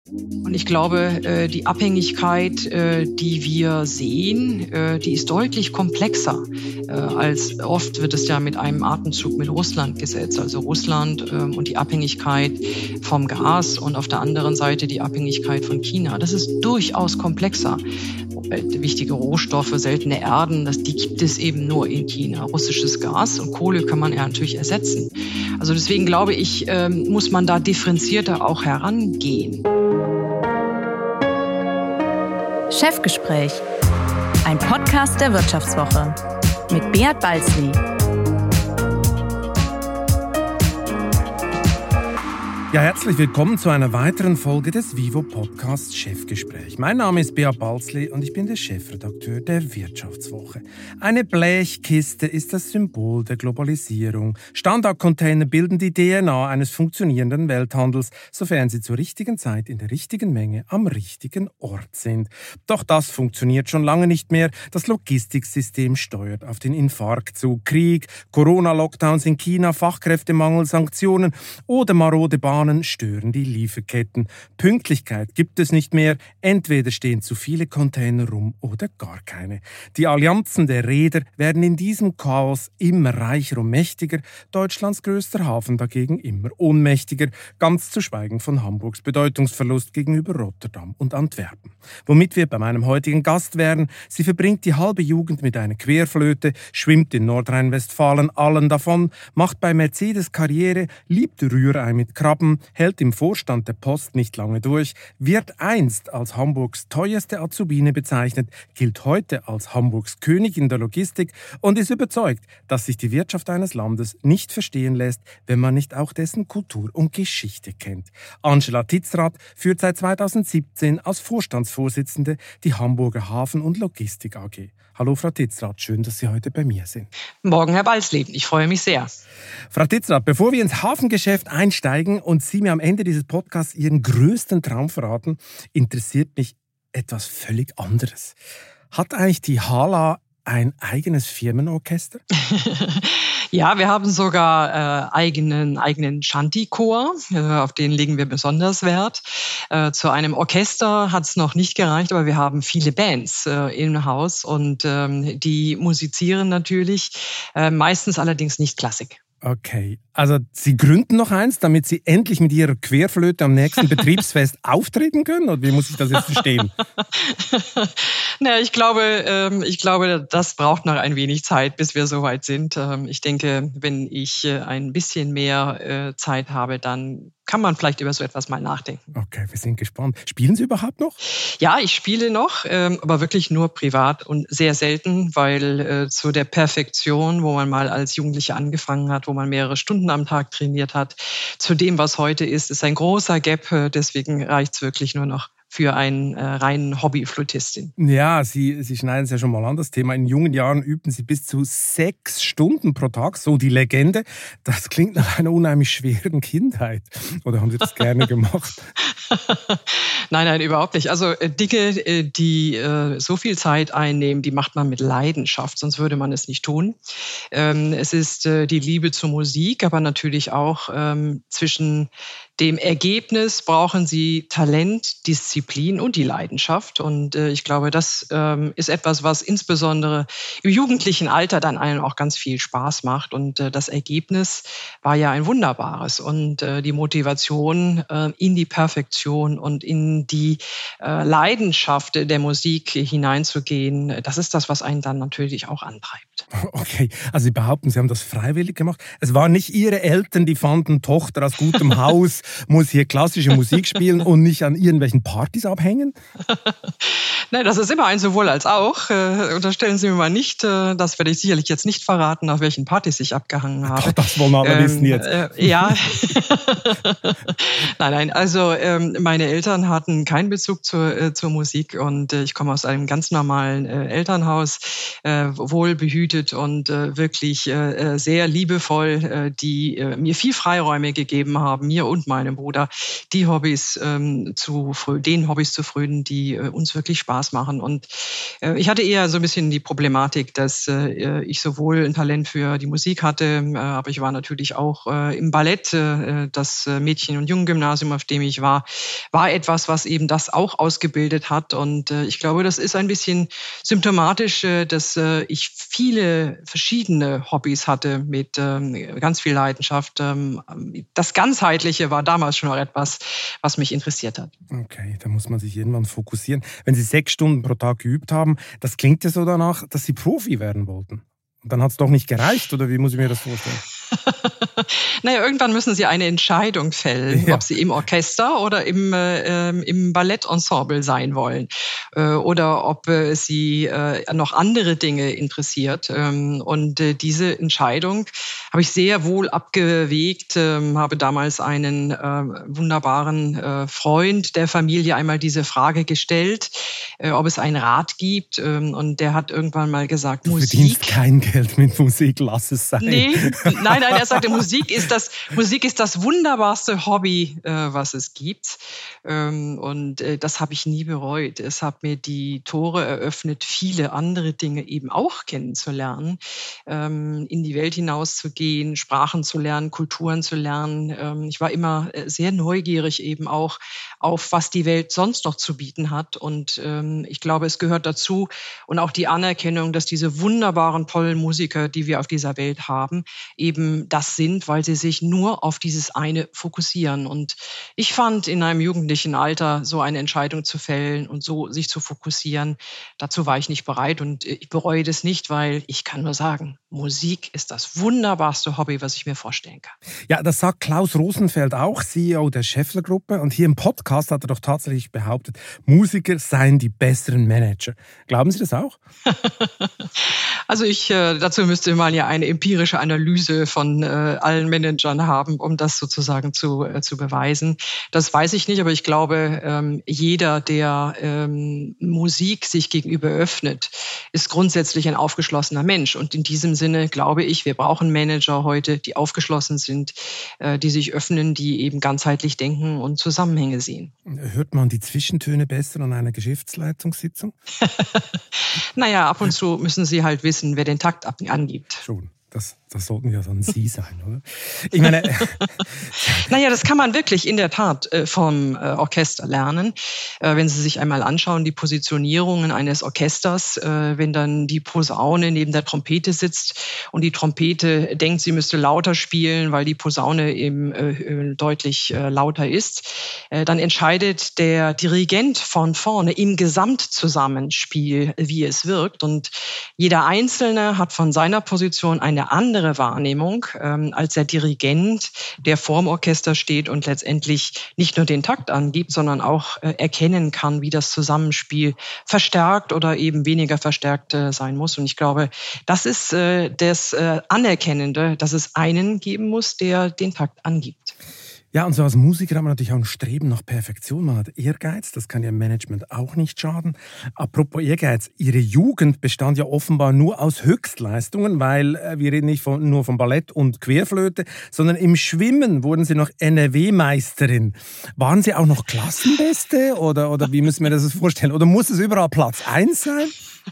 Und ich glaube, die Abhängigkeit, die wir sehen, die ist deutlich komplexer. Als oft wird es ja mit einem Atemzug mit Russland gesetzt. Also Russland und die Abhängigkeit vom Gas und auf der anderen Seite die Abhängigkeit von China. Das ist durchaus komplexer. Wichtige Rohstoffe, seltene Erden, die gibt es eben nur in China. Russisches Gas und Kohle kann man ja natürlich ersetzen. Also deswegen glaube ich, muss man da differenzierter auch herangehen. Chefgespräch, ein Podcast der Wirtschaftswoche mit Beat Balzli. Ja, herzlich willkommen zu einer weiteren Folge des Vivo-Podcasts Chefgespräch. Mein Name ist Beat Balzli und ich bin der Chefredakteur der Wirtschaftswoche. Eine Blechkiste ist das Symbol der Globalisierung. Standardcontainer bilden die DNA eines funktionierenden Welthandels, sofern sie zur richtigen Zeit in der richtigen Menge am richtigen Ort sind. Doch das funktioniert schon lange nicht mehr. Das Logistiksystem steuert auf den Infarkt zu. Krieg, Corona-Lockdowns in China, Fachkräftemangel, Sanktionen oder marode Bahnen stören die Lieferketten. Pünktlichkeit gibt es nicht mehr. Entweder stehen zu viele Container rum oder gar keine. Die Allianzen der Reeder werden in diesem Chaos immer reicher und mächtiger. Deutschlands größter Hafen dagegen immer ohnmächtiger. Ganz zu schweigen von Hamburgs Bedeutungsverlust gegenüber Rotterdam und Antwerpen. Womit wir bei meinem heutigen Gast wären: sie verbringt die halbe Jugend mit einer Querflöte, schwimmt in Nordrhein-Westfalen allen davon, macht bei Mercedes Karriere, liebt Rührei mit Krabben, hält im Vorstand der Post nicht lange durch, wird einst als Hamburgs teuerste Azubine bezeichnet, gilt heute als Hamburgs Königin der Logistik und ist überzeugt, dass sich die Wirtschaft eines Landes nicht verstehen lässt, wenn man nicht auch dessen Kultur und Geschichte kennt. Angela Titzrath führt seit 2017 als Vorstandsvorsitzende die Hamburger Hafen- und Logistik AG. Hallo Frau Titzrath, schön, dass Sie heute bei mir sind. Morgen, Herr Balzli, ich freue mich sehr. Frau Titzrath, bevor wir ins Hafengeschäft einsteigen und Sie mir am Ende dieses Podcasts Ihren größten Traum verraten, interessiert mich etwas völlig anderes. Hat eigentlich die HHLA ein eigenes Firmenorchester? Ja, wir haben sogar eigenen Shanty-Chor, auf den legen wir besonders Wert. Zu einem Orchester hat es noch nicht gereicht, aber wir haben viele Bands im Haus und die musizieren natürlich, meistens allerdings nicht Klassik. Okay, also Sie gründen noch eins, damit Sie endlich mit Ihrer Querflöte am nächsten Betriebsfest auftreten können? Oder wie muss ich das jetzt verstehen? Na, ich glaube, das braucht noch ein wenig Zeit, bis wir soweit sind. Ich denke, wenn ich ein bisschen mehr Zeit habe, dann kann man vielleicht über so etwas mal nachdenken. Okay, wir sind gespannt. Spielen Sie überhaupt noch? Ja, ich spiele noch, aber wirklich nur privat und sehr selten, weil zu der Perfektion, wo man mal als Jugendlicher angefangen hat, wo man mehrere Stunden am Tag trainiert hat, zu dem, was heute ist ein großer Gap. Deswegen reicht es wirklich nur noch für einen reinen Hobbyflötistin. Ja, Sie schneiden es ja schon mal an, das Thema. In jungen Jahren übten Sie bis zu 6 Stunden pro Tag, so die Legende. Das klingt nach einer unheimlich schweren Kindheit. Oder haben Sie das gerne gemacht? Nein, überhaupt nicht. Also Dinge, die so viel Zeit einnehmen, die macht man mit Leidenschaft, sonst würde man es nicht tun. Es ist die Liebe zur Musik, aber natürlich auch zwischen dem Ergebnis brauchen Sie Talent, Disziplin und die Leidenschaft. Und ich glaube, das ist etwas, was insbesondere im jugendlichen Alter dann einem auch ganz viel Spaß macht. Und das Ergebnis war ja ein wunderbares. Und die Motivation in die Perfektion und in die Leidenschaft der Musik hineinzugehen, das ist das, was einen dann natürlich auch antreibt. Okay, also Sie behaupten, Sie haben das freiwillig gemacht. Es waren nicht Ihre Eltern, die fanden, Tochter aus gutem Haus muss hier klassische Musik spielen und nicht an irgendwelchen Partys abhängen? Nein, das ist immer ein sowohl als auch. Unterstellen Sie mir mal nicht, das werde ich sicherlich jetzt nicht verraten, auf welchen Partys ich abgehangen habe. Doch, das wollen wir alle wissen jetzt. Ja. Nein, also meine Eltern hatten keinen Bezug zur Musik und ich komme aus einem ganz normalen Elternhaus, wohlbehütet und wirklich sehr liebevoll, die mir viel Freiräume gegeben haben, mir und meinen meinem Bruder, den Hobbys zu frönen, die uns wirklich Spaß machen. Und ich hatte eher so ein bisschen die Problematik, dass ich sowohl ein Talent für die Musik hatte, aber ich war natürlich auch im Ballett. Das Mädchen- und Jungengymnasium, auf dem ich war etwas, was eben das auch ausgebildet hat. Und ich glaube, das ist ein bisschen symptomatisch, dass ich viele verschiedene Hobbys hatte mit ganz viel Leidenschaft. Das Ganzheitliche war damals schon noch etwas, was mich interessiert hat. Okay, da muss man sich irgendwann fokussieren. Wenn Sie 6 Stunden pro Tag geübt haben, das klingt ja so danach, dass Sie Profi werden wollten. Und dann hat es doch nicht gereicht, oder wie muss ich mir das vorstellen? Naja, irgendwann müssen Sie eine Entscheidung fällen, ob Sie im Orchester oder im Ballettensemble sein wollen oder ob Sie noch andere Dinge interessiert. Und diese Entscheidung habe ich sehr wohl abgewegt, habe damals einen wunderbaren Freund der Familie einmal diese Frage gestellt, ob es einen Rat gibt. Und der hat irgendwann mal gesagt, du Musik. Verdienst kein Geld mit Musik, lass es sein. Nee, nein, er sagte, Musik ist das wunderbarste Hobby, was es gibt. Und das habe ich nie bereut. Es hat mir die Tore eröffnet, viele andere Dinge eben auch kennenzulernen, in die Welt hinauszugehen, Sprachen zu lernen, Kulturen zu lernen. Ich war immer sehr neugierig eben auch auf, was die Welt sonst noch zu bieten hat. Und ich glaube, es gehört dazu und auch die Anerkennung, dass diese wunderbaren, tollen Musiker, die wir auf dieser Welt haben, eben das sind, weil sie sich nur auf dieses eine fokussieren. Und ich fand in einem jugendlichen Alter so eine Entscheidung zu fällen und so sich zu fokussieren, dazu war ich nicht bereit und ich bereue das nicht, weil ich kann nur sagen, Musik ist das wunderbarste Hobby, was ich mir vorstellen kann. Ja, das sagt Klaus Rosenfeld auch, CEO der Schaeffler-Gruppe. Und hier im Podcast hat er doch tatsächlich behauptet, Musiker seien die besseren Manager. Glauben Sie das auch? Also dazu müsste man ja eine empirische Analyse von allen Managern haben, um das sozusagen zu beweisen. Das weiß ich nicht, aber ich glaube, jeder, der Musik sich gegenüber öffnet, ist grundsätzlich ein aufgeschlossener Mensch. Und in diesem Sinne glaube ich, wir brauchen Manager heute, die aufgeschlossen sind, die sich öffnen, die eben ganzheitlich denken und Zusammenhänge sehen. Hört man die Zwischentöne besser an einer Geschäftsleitungssitzung? Naja, ab und zu müssen Sie halt wissen, wer den Takt angibt. Schon. Das sollten ja dann Sie sein, oder? Ich meine, naja, das kann man wirklich in der Tat vom Orchester lernen. Wenn Sie sich einmal anschauen, die Positionierungen eines Orchesters, wenn dann die Posaune neben der Trompete sitzt und die Trompete denkt, sie müsste lauter spielen, weil die Posaune eben deutlich lauter ist, dann entscheidet der Dirigent von vorne im Gesamtzusammenspiel, wie es wirkt. Und jeder Einzelne hat von seiner Position eine andere Wahrnehmung als der Dirigent, der vorm Orchester steht und letztendlich nicht nur den Takt angibt, sondern auch erkennen kann, wie das Zusammenspiel verstärkt oder eben weniger verstärkt sein muss. Und ich glaube, das ist das Anerkennende, dass es einen geben muss, der den Takt angibt. Ja, und so als Musiker hat man natürlich auch ein Streben nach Perfektion. Man hat Ehrgeiz, das kann ja im Management auch nicht schaden. Apropos Ehrgeiz, Ihre Jugend bestand ja offenbar nur aus Höchstleistungen, weil wir reden nicht nur von Ballett und Querflöte, sondern im Schwimmen wurden Sie noch NRW-Meisterin. Waren Sie auch noch Klassenbeste oder wie müssen wir das vorstellen? Oder muss es überall Platz 1 sein?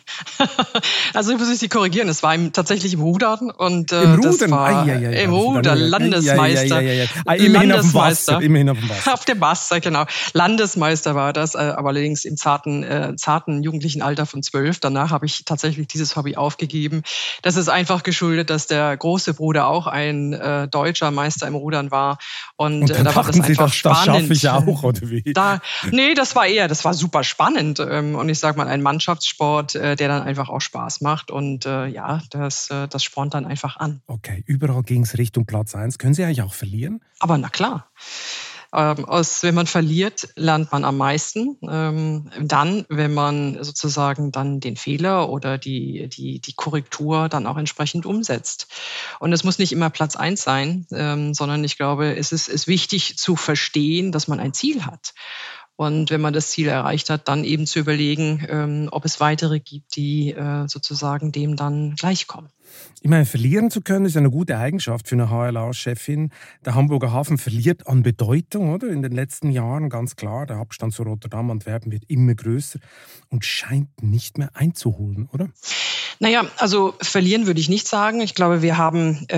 Also muss ich Sie korrigieren, es war tatsächlich im Rudern und im Rudern? Das war im Rudern, Landesmeister. Immerhin auf dem Wasser. Auf dem Wasser, genau. Landesmeister war das, aber allerdings im zarten jugendlichen Alter von 12. Danach habe ich tatsächlich dieses Hobby aufgegeben. Das ist einfach geschuldet, dass der große Bruder auch ein deutscher Meister im Rudern war. Und da war das einfach spannend. Das schaffe ich auch, oder wie? Das war super spannend. Und ich sage mal, ein Mannschaftssport, der dann einfach auch Spaß macht. Und das spornt dann einfach an. Okay, überall ging es Richtung Platz 1. Können Sie eigentlich auch verlieren? Aber na klar. Wenn man verliert, lernt man am meisten. Dann, wenn man sozusagen dann den Fehler oder die Korrektur dann auch entsprechend umsetzt. Und es muss nicht immer Platz 1 sein, sondern ich glaube, es ist wichtig zu verstehen, dass man ein Ziel hat. Und wenn man das Ziel erreicht hat, dann eben zu überlegen, ob es weitere gibt, die sozusagen dem dann gleichkommen. Ich meine, verlieren zu können ist eine gute Eigenschaft für eine HLA-Chefin. Der Hamburger Hafen verliert an Bedeutung, oder? In den letzten Jahren, ganz klar. Der Abstand zu Rotterdam, Antwerpen wird immer größer und scheint nicht mehr einzuholen, oder? Naja, also verlieren würde ich nicht sagen. Ich glaube, wir haben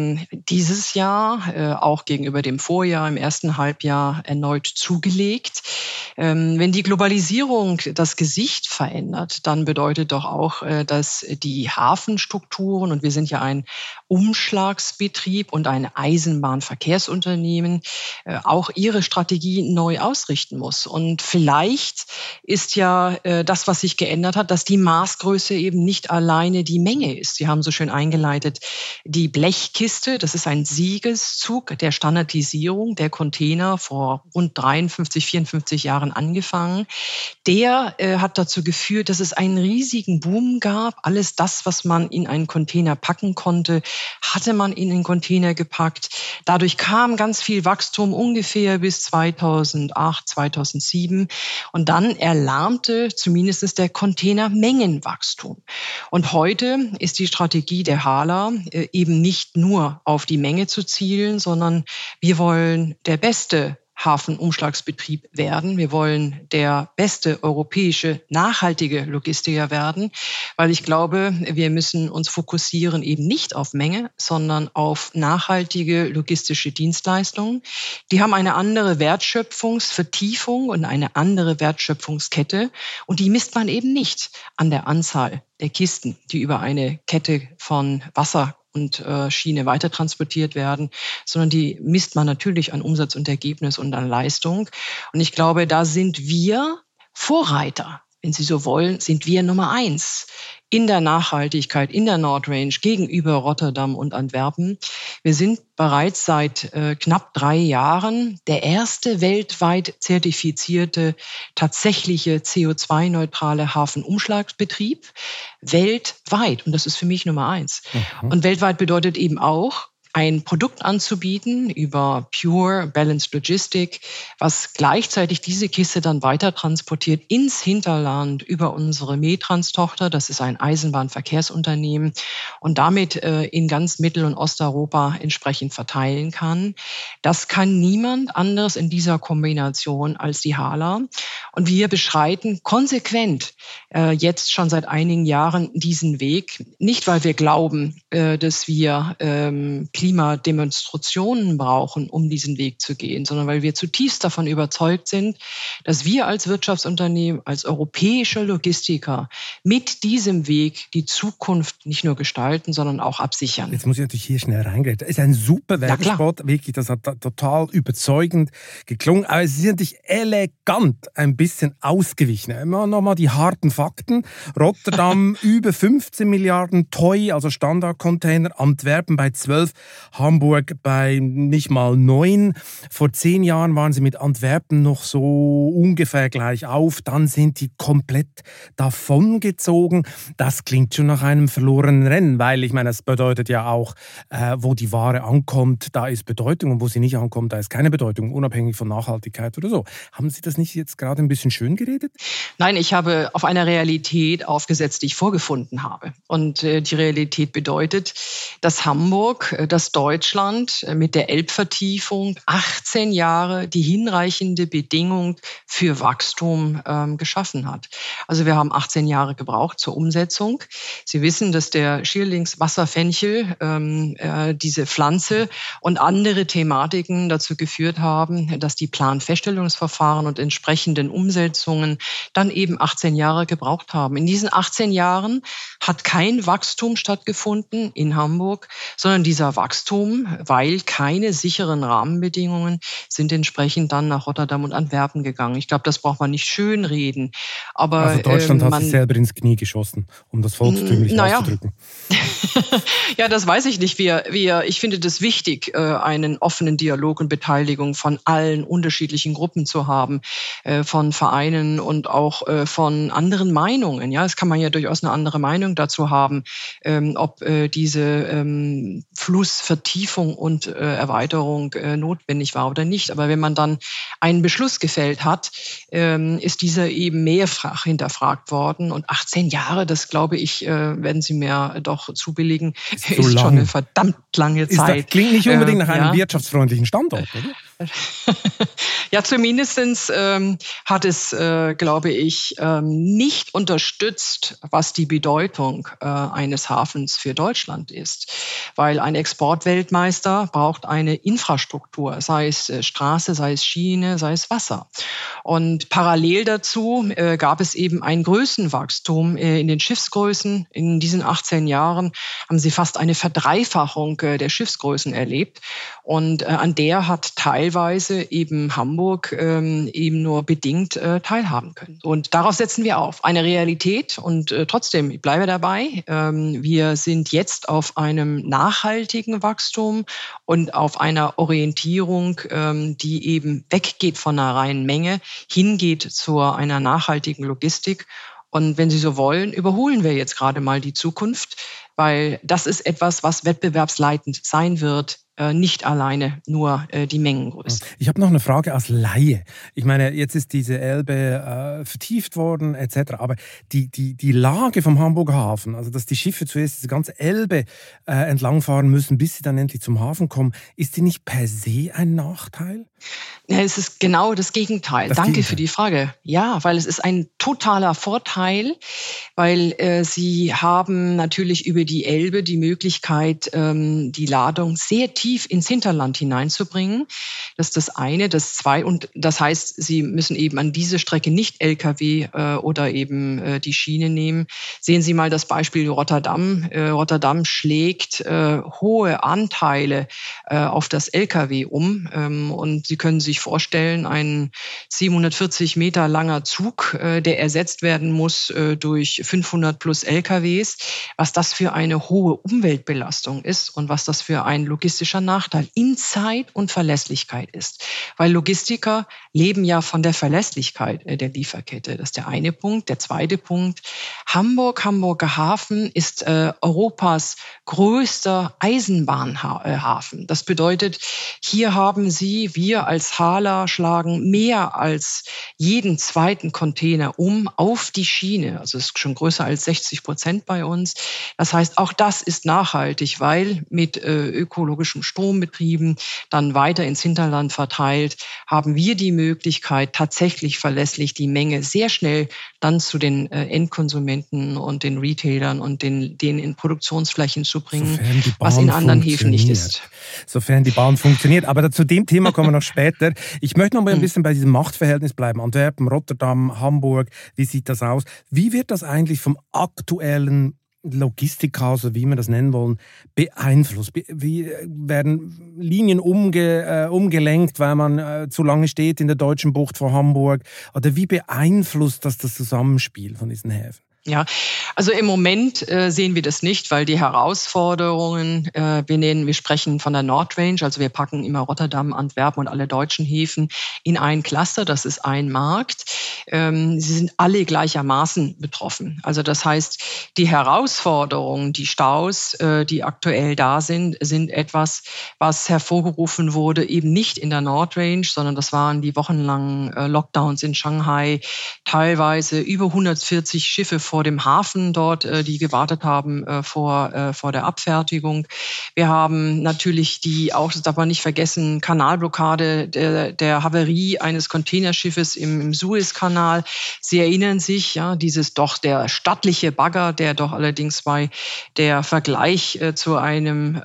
dieses Jahr auch gegenüber dem Vorjahr im ersten Halbjahr erneut zugelegt. Wenn die Globalisierung das Gesicht verändert, dann bedeutet doch auch, dass die Hafenstrukturen, und wir sind ja ein Umschlagsbetrieb und ein Eisenbahnverkehrsunternehmen, auch ihre Strategie neu ausrichten muss. Und vielleicht ist ja das, was sich geändert hat, dass die Maßgröße eben nicht alleine die Menge ist. Sie haben so schön eingeleitet, die Blechkiste, das ist ein Siegeszug der Standardisierung der Container vor rund 53, 54 Jahren angefangen. Der hat dazu geführt, dass es einen riesigen Boom gab. Alles das, was man in einen Container packen konnte, hatte man in den Container gepackt. Dadurch kam ganz viel Wachstum ungefähr bis 2008, 2007. Und dann erlahmte zumindest der Containermengenwachstum. Und heute ist die Strategie der HHLA eben nicht nur auf die Menge zu zielen, sondern wir wollen der beste Hafenumschlagsbetrieb werden. Wir wollen der beste europäische nachhaltige Logistiker werden, weil ich glaube, wir müssen uns fokussieren eben nicht auf Menge, sondern auf nachhaltige logistische Dienstleistungen. Die haben eine andere Wertschöpfungsvertiefung und eine andere Wertschöpfungskette und die misst man eben nicht an der Anzahl der Kisten, die über eine Kette von Wasser und Schiene weitertransportiert werden, sondern die misst man natürlich an Umsatz und Ergebnis und an Leistung. Und ich glaube, da sind wir Vorreiter. Wenn Sie so wollen, sind wir Nummer 1 in der Nachhaltigkeit, in der Nordrange gegenüber Rotterdam und Antwerpen. Wir sind bereits seit knapp 3 Jahren der erste weltweit zertifizierte, tatsächliche CO2-neutrale Hafenumschlagsbetrieb weltweit. Und das ist für mich Nummer 1. Mhm. Und weltweit bedeutet eben auch, ein Produkt anzubieten über Pure Balanced Logistic, was gleichzeitig diese Kiste dann weiter transportiert ins Hinterland über unsere Metrans-Tochter. Das ist ein Eisenbahnverkehrsunternehmen und damit in ganz Mittel- und Osteuropa entsprechend verteilen kann. Das kann niemand anderes in dieser Kombination als die HHLA. Und wir beschreiten konsequent jetzt schon seit einigen Jahren diesen Weg. Nicht, weil wir glauben, dass wir Klimademonstrationen brauchen, um diesen Weg zu gehen, sondern weil wir zutiefst davon überzeugt sind, dass wir als Wirtschaftsunternehmen, als europäische Logistiker mit diesem Weg die Zukunft nicht nur gestalten, sondern auch absichern. Jetzt muss ich natürlich hier schnell reingehen. Es ist ein super Werbespot, wirklich, das hat total überzeugend geklungen, aber es ist natürlich elegant ein bisschen ausgewichen. Immer nochmal die harten Fakten. Rotterdam über 15 Milliarden TEU, also Standardcontainer, Antwerpen bei 12, Hamburg bei nicht mal 9. Vor 10 Jahren waren sie mit Antwerpen noch so ungefähr gleich auf. Dann sind die komplett davongezogen. Das klingt schon nach einem verlorenen Rennen, weil ich meine, das bedeutet ja auch, wo die Ware ankommt, da ist Bedeutung und wo sie nicht ankommt, da ist keine Bedeutung, unabhängig von Nachhaltigkeit oder so. Haben Sie das nicht jetzt gerade ein bisschen schön geredet? Nein, ich habe auf einer Realität aufgesetzt, die ich vorgefunden habe. Und die Realität bedeutet, dass Hamburg, dass Deutschland mit der Elbvertiefung 18 Jahre die hinreichende Bedingung für Wachstum geschaffen hat. Also wir haben 18 Jahre gebraucht zur Umsetzung. Sie wissen, dass der Schierlings-Wasserfenchel, diese Pflanze und andere Thematiken dazu geführt haben, dass die Planfeststellungsverfahren und entsprechenden Umsetzungen dann eben 18 Jahre gebraucht haben. In diesen 18 Jahren hat kein Wachstum stattgefunden in Hamburg, sondern dieser Wachstum, weil keine sicheren Rahmenbedingungen, sind entsprechend dann nach Rotterdam und Antwerpen gegangen. Ich glaube, das braucht man nicht schönreden. Aber also Deutschland hat sich selber ins Knie geschossen, um das volkstümlich auszudrücken. Ja, das weiß ich nicht. Ich finde das wichtig, einen offenen Dialog und Beteiligung von allen unterschiedlichen Gruppen zu haben, von Vereinen und auch von anderen Meinungen. Ja, es kann man ja durchaus eine andere Meinung dazu haben, ob diese Vertiefung und Erweiterung notwendig war oder nicht. Aber wenn man dann einen Beschluss gefällt hat, ist dieser eben mehrfach hinterfragt worden. Und 18 Jahre, das glaube ich, werden Sie mir doch zubilligen, ist schon eine verdammt lange Zeit. Das klingt nicht unbedingt nach einem wirtschaftsfreundlichen Standort, oder? Ja, zumindestens hat es, glaube ich, nicht unterstützt, was die Bedeutung eines Hafens für Deutschland ist. Weil ein Exportweltmeister braucht eine Infrastruktur, sei es Straße, sei es Schiene, sei es Wasser. Und parallel dazu gab es eben ein Größenwachstum in den Schiffsgrößen. In diesen 18 Jahren haben sie fast eine Verdreifachung der Schiffsgrößen erlebt. Und an der hat teilweise eben Hamburg eben nur bedingt teilhaben können. Und darauf setzen wir auf. Eine Realität und trotzdem, ich bleibe dabei, wir sind jetzt auf einem nachhaltigen Wachstum und auf einer Orientierung, die eben weggeht von einer reinen Menge, hingeht zu einer nachhaltigen Logistik. Und wenn Sie so wollen, überholen wir jetzt gerade mal die Zukunft, weil das ist etwas, was wettbewerbsleitend sein wird, nicht alleine nur die Mengengröße. Ich habe noch eine Frage als Laie. Ich meine, jetzt ist diese Elbe vertieft worden etc., aber die Lage vom Hamburger Hafen, also dass die Schiffe zuerst diese ganze Elbe entlangfahren müssen, bis sie dann endlich zum Hafen kommen, ist die nicht per se ein Nachteil? Ja, es ist genau das Gegenteil. Danke für die Frage. Ja, weil es ist ein totaler Vorteil, weil Sie haben natürlich über die Elbe die Möglichkeit, die Ladung sehr tief ins Hinterland hineinzubringen. Das ist das eine. Das zweite, und das heißt, Sie müssen eben an diese Strecke nicht LKW oder eben die Schiene nehmen. Sehen Sie mal das Beispiel Rotterdam. Rotterdam schlägt hohe Anteile auf das LKW um und Sie können sich vorstellen, ein 740 Meter langer Zug, der ersetzt werden muss durch 500 plus LKWs, was das für eine hohe Umweltbelastung ist und was das für ein logistischer Nachteil in Zeit und Verlässlichkeit ist. Weil Logistiker leben ja von der Verlässlichkeit der Lieferkette. Das ist der eine Punkt. Der zweite Punkt, Hamburger Hafen ist Europas größter Eisenbahnhafen. Das bedeutet, hier haben wir als Hala schlagen mehr als jeden zweiten Container auf die Schiene. Also es ist schon größer als 60% bei uns. Das heißt, auch das ist nachhaltig, weil mit ökologischem Strombetrieben dann weiter ins Hinterland verteilt, haben wir die Möglichkeit, tatsächlich verlässlich die Menge sehr schnell dann zu den Endkonsumenten und den Retailern und den in Produktionsflächen zu bringen, was in anderen Häfen nicht ist. Sofern die Bahn funktioniert. Aber zu dem Thema kommen wir noch später. Ich möchte noch mal ein bisschen bei diesem Machtverhältnis bleiben. Antwerpen, Rotterdam, Hamburg, wie sieht das aus? Wie wird das eigentlich vom aktuellen Logistikhaus, wie wir das nennen wollen, beeinflusst? Wie werden Linien umgelenkt, weil man zu lange steht in der deutschen Bucht vor Hamburg? Oder wie beeinflusst das Zusammenspiel von diesen Häfen? Ja, also im Moment sehen wir das nicht, weil die Herausforderungen, wir sprechen von der Nordrange, also wir packen immer Rotterdam, Antwerpen und alle deutschen Häfen in ein Cluster, das ist ein Markt. Sie sind alle gleichermaßen betroffen. Also das heißt, die Herausforderungen, die Staus, die aktuell da sind etwas, was hervorgerufen wurde, eben nicht in der Nordrange, sondern das waren die wochenlangen Lockdowns in Shanghai, teilweise über 140 Schiffe vor dem Hafen dort, die gewartet haben vor der Abfertigung. Wir haben natürlich das darf man nicht vergessen, Kanalblockade der Havarie eines Containerschiffes im Suezkanal. Sie erinnern sich, ja, der stattliche Bagger, der doch allerdings bei der Vergleich zu einem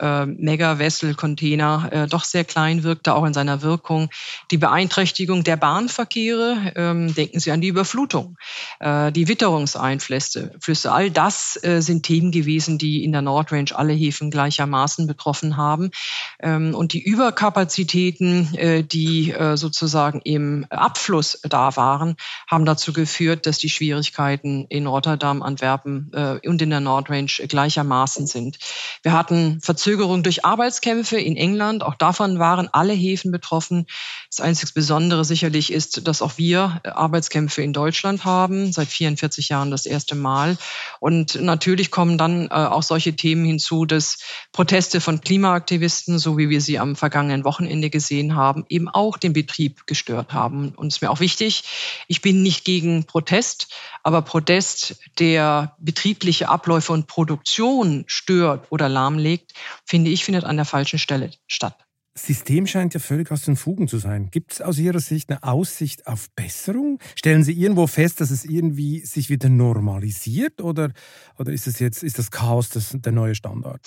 Mega-Vessel-Container doch sehr klein wirkte, auch in seiner Wirkung. Die Beeinträchtigung der Bahnverkehre, denken Sie an die Überflutung, die Witterungseinflüsse, all das sind Themen gewesen, die in der Nordrange alle Häfen gleichermaßen betroffen haben. Und die Überkapazitäten, die sozusagen im Abfluss da waren, haben dazu geführt, dass die Schwierigkeiten in Rotterdam, Antwerpen und in der Nordrange gleichermaßen sind. Wir hatten Verzögerung durch Arbeitskämpfe in England, auch davon waren alle Häfen betroffen. Das einzig Besondere sicherlich ist, dass auch wir Arbeitskämpfe in Deutschland haben, seit 44 Jahren das erste Mal. Und natürlich kommen dann auch solche Themen hinzu, dass Proteste von Klimaaktivisten, so wie wir sie am vergangenen Wochenende gesehen haben, eben auch den Betrieb gestört haben. Und es ist mir auch wichtig, ich bin nicht gegen Protest, aber Protest, der betriebliche Abläufe und Produktion stört oder lahmlegt, finde ich, findet an der falschen Stelle statt. Das System scheint ja völlig aus den Fugen zu sein. Gibt es aus Ihrer Sicht eine Aussicht auf Besserung? Stellen Sie irgendwo fest, dass es irgendwie sich wieder normalisiert oder ist das Chaos der neue Standard?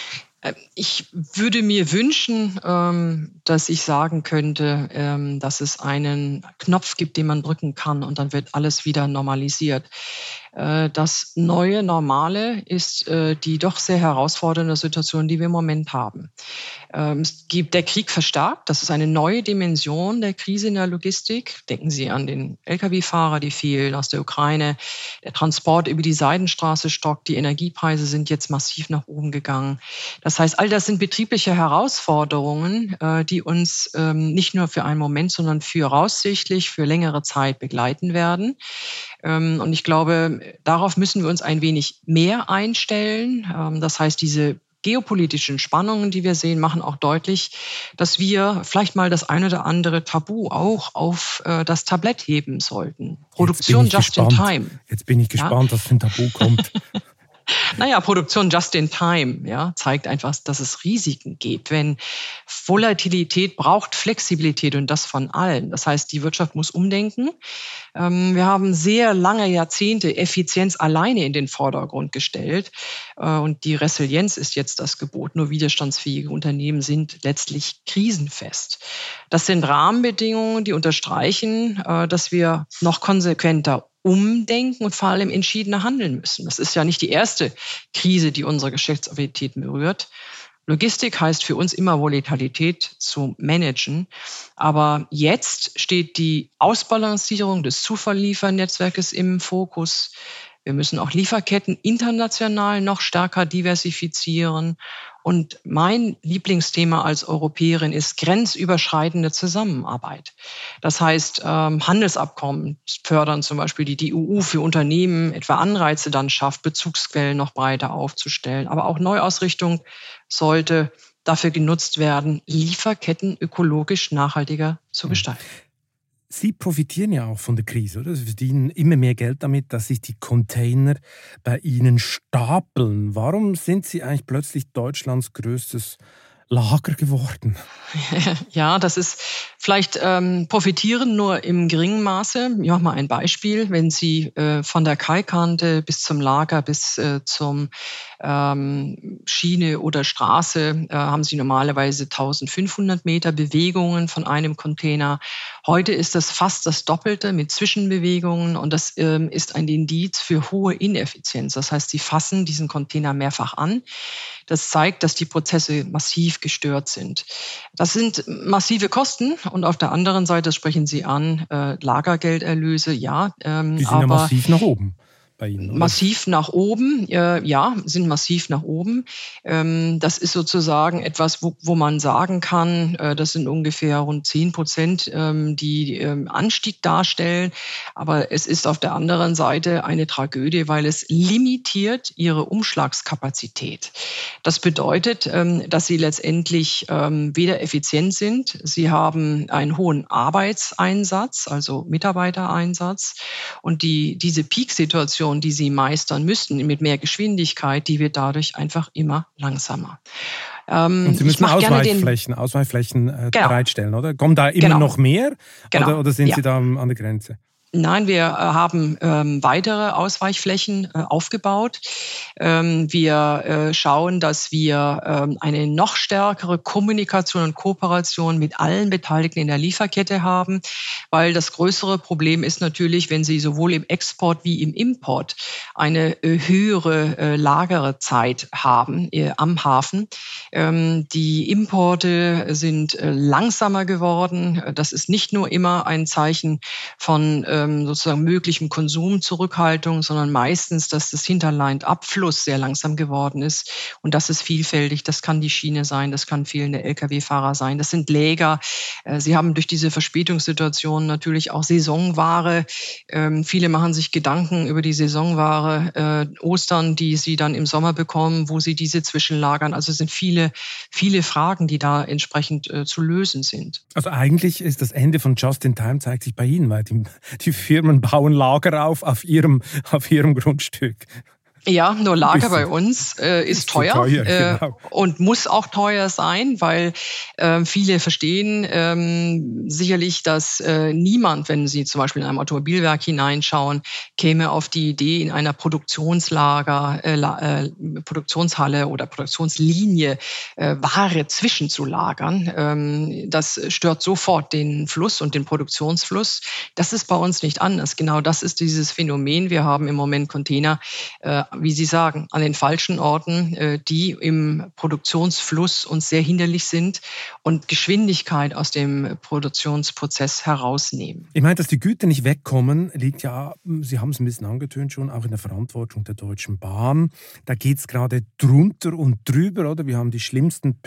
Ich würde mir wünschen, dass ich sagen könnte, dass es einen Knopf gibt, den man drücken kann und dann wird alles wieder normalisiert. Das neue Normale ist die doch sehr herausfordernde Situation, die wir im Moment haben. Der Krieg verstärkt, das ist eine neue Dimension der Krise in der Logistik. Denken Sie an den Lkw-Fahrer, die fehlen aus der Ukraine. Der Transport über die Seidenstraße stockt, die Energiepreise sind jetzt massiv nach oben gegangen. Das heißt, all das sind betriebliche Herausforderungen, die uns nicht nur für einen Moment, sondern voraussichtlich für längere Zeit begleiten werden. Und ich glaube, darauf müssen wir uns ein wenig mehr einstellen. Das heißt, diese geopolitischen Spannungen, die wir sehen, machen auch deutlich, dass wir vielleicht mal das ein oder andere Tabu auch auf das Tablett heben sollten. Produktion just in time. Jetzt bin ich gespannt, was für ein Tabu kommt. Naja, Produktion just in time, ja, zeigt einfach, dass es Risiken gibt. Wenn Volatilität braucht Flexibilität und das von allen. Das heißt, die Wirtschaft muss umdenken. Wir haben sehr lange Jahrzehnte Effizienz alleine in den Vordergrund gestellt. Und die Resilienz ist jetzt das Gebot. Nur widerstandsfähige Unternehmen sind letztlich krisenfest. Das sind Rahmenbedingungen, die unterstreichen, dass wir noch konsequenter umdenken und vor allem entschiedener handeln müssen. Das ist ja nicht die erste Krise, die unsere Geschäftsaktivitäten berührt. Logistik heißt für uns immer Volatilität zu managen. Aber jetzt steht die Ausbalancierung des Zuliefernetzwerkes im Fokus. Wir müssen auch Lieferketten international noch stärker diversifizieren. Und mein Lieblingsthema als Europäerin ist grenzüberschreitende Zusammenarbeit. Das heißt, Handelsabkommen fördern zum Beispiel die EU für Unternehmen, etwa Anreize dann schafft, Bezugsquellen noch breiter aufzustellen. Aber auch Neuausrichtung sollte dafür genutzt werden, Lieferketten ökologisch nachhaltiger zu gestalten. Sie profitieren ja auch von der Krise, oder? Sie verdienen immer mehr Geld damit, dass sich die Container bei Ihnen stapeln. Warum sind Sie eigentlich plötzlich Deutschlands größtes Lager geworden? Ja, das ist vielleicht profitieren nur im geringen Maße. Ich mache mal ein Beispiel. Wenn Sie von der Kaikante bis zum Lager, bis zum Schiene oder Straße, haben Sie normalerweise 1500 Meter Bewegungen von einem Container. Heute ist das fast das Doppelte mit Zwischenbewegungen und das ist ein Indiz für hohe Ineffizienz. Das heißt, Sie fassen diesen Container mehrfach an. Das zeigt, dass die Prozesse massiv gestört sind. Das sind massive Kosten und auf der anderen Seite sprechen Sie an, Lagergelderlöse, ja. Die sind ja massiv nach oben. Bei Ihnen, oder? Massiv nach oben, ja, sind massiv nach oben. Das ist sozusagen etwas, wo man sagen kann, das sind ungefähr rund 10%, die Anstieg darstellen. Aber es ist auf der anderen Seite eine Tragödie, weil es limitiert ihre Umschlagskapazität. Das bedeutet, dass sie letztendlich weder effizient sind, sie haben einen hohen Arbeitseinsatz, also Mitarbeitereinsatz. Und diese Peak-Situation, die sie meistern müssten mit mehr Geschwindigkeit, die wird dadurch einfach immer langsamer. Und Sie müssen Ausweichflächen bereitstellen, oder? Kommen da immer noch mehr? Genau. Oder sind Sie da an der Grenze? Nein, wir haben weitere Ausweichflächen aufgebaut. Wir schauen, dass wir eine noch stärkere Kommunikation und Kooperation mit allen Beteiligten in der Lieferkette haben, weil das größere Problem ist natürlich, wenn Sie sowohl im Export wie im Import eine höhere Lagerzeit haben am Hafen. Die Importe sind langsamer geworden. Das ist nicht nur immer ein Zeichen von sozusagen möglichem Konsumzurückhaltung, sondern meistens, dass das Hinterlandabfluss sehr langsam geworden ist. Und das ist vielfältig. Das kann die Schiene sein, das kann fehlende Lkw-Fahrer sein, das sind Läger. Sie haben durch diese Verspätungssituation natürlich auch Saisonware. Viele machen sich Gedanken über die Saisonware, Ostern, die sie dann im Sommer bekommen, wo sie diese zwischenlagern. Also es sind viele Fragen, die da entsprechend zu lösen sind. Also eigentlich ist das Ende von Just-in-Time zeigt sich bei Ihnen, weil die Firmen bauen Lager auf ihrem Grundstück. Ja, nur Lager bei uns ist teuer, genau. Und muss auch teuer sein, weil viele verstehen sicherlich, dass niemand, wenn sie zum Beispiel in einem Automobilwerk hineinschauen, käme auf die Idee, in einer Produktionshalle oder Produktionslinie Ware zwischenzulagern. Das stört sofort den Fluss und den Produktionsfluss. Das ist bei uns nicht anders. Genau das ist dieses Phänomen. Wir haben im Moment Container, wie Sie sagen, an den falschen Orten, die im Produktionsfluss uns sehr hinderlich sind und Geschwindigkeit aus dem Produktionsprozess herausnehmen. Ich meine, dass die Güter nicht wegkommen, liegt ja, Sie haben es ein bisschen angetönt schon, auch in der Verantwortung der Deutschen Bahn. Da geht es gerade drunter und drüber, oder? Wir haben die schlimmsten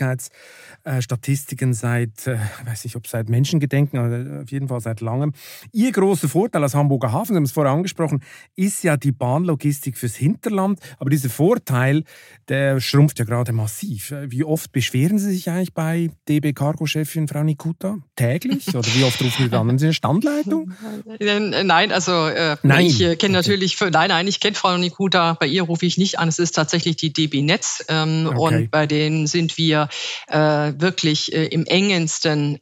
Pünktlichkeitsstatistiken seit, ich weiß nicht, ob seit Menschengedenken, aber auf jeden Fall seit langem. Ihr großer Vorteil als Hamburger Hafen, Sie haben es vorher angesprochen, ist ja die Bahnlogistik fürs Hinterland. Aber dieser Vorteil, der schrumpft ja gerade massiv. Wie oft beschweren Sie sich eigentlich bei DB Cargo-Chefin Frau Nikuta? Täglich? Oder wie oft rufen Sie dann an? Sie eine Standleitung? Nein, also ich kenne natürlich, ich kenne Frau Nikuta, bei ihr rufe ich nicht an. Es ist tatsächlich die DB Netz und bei denen sind wir wirklich im engsten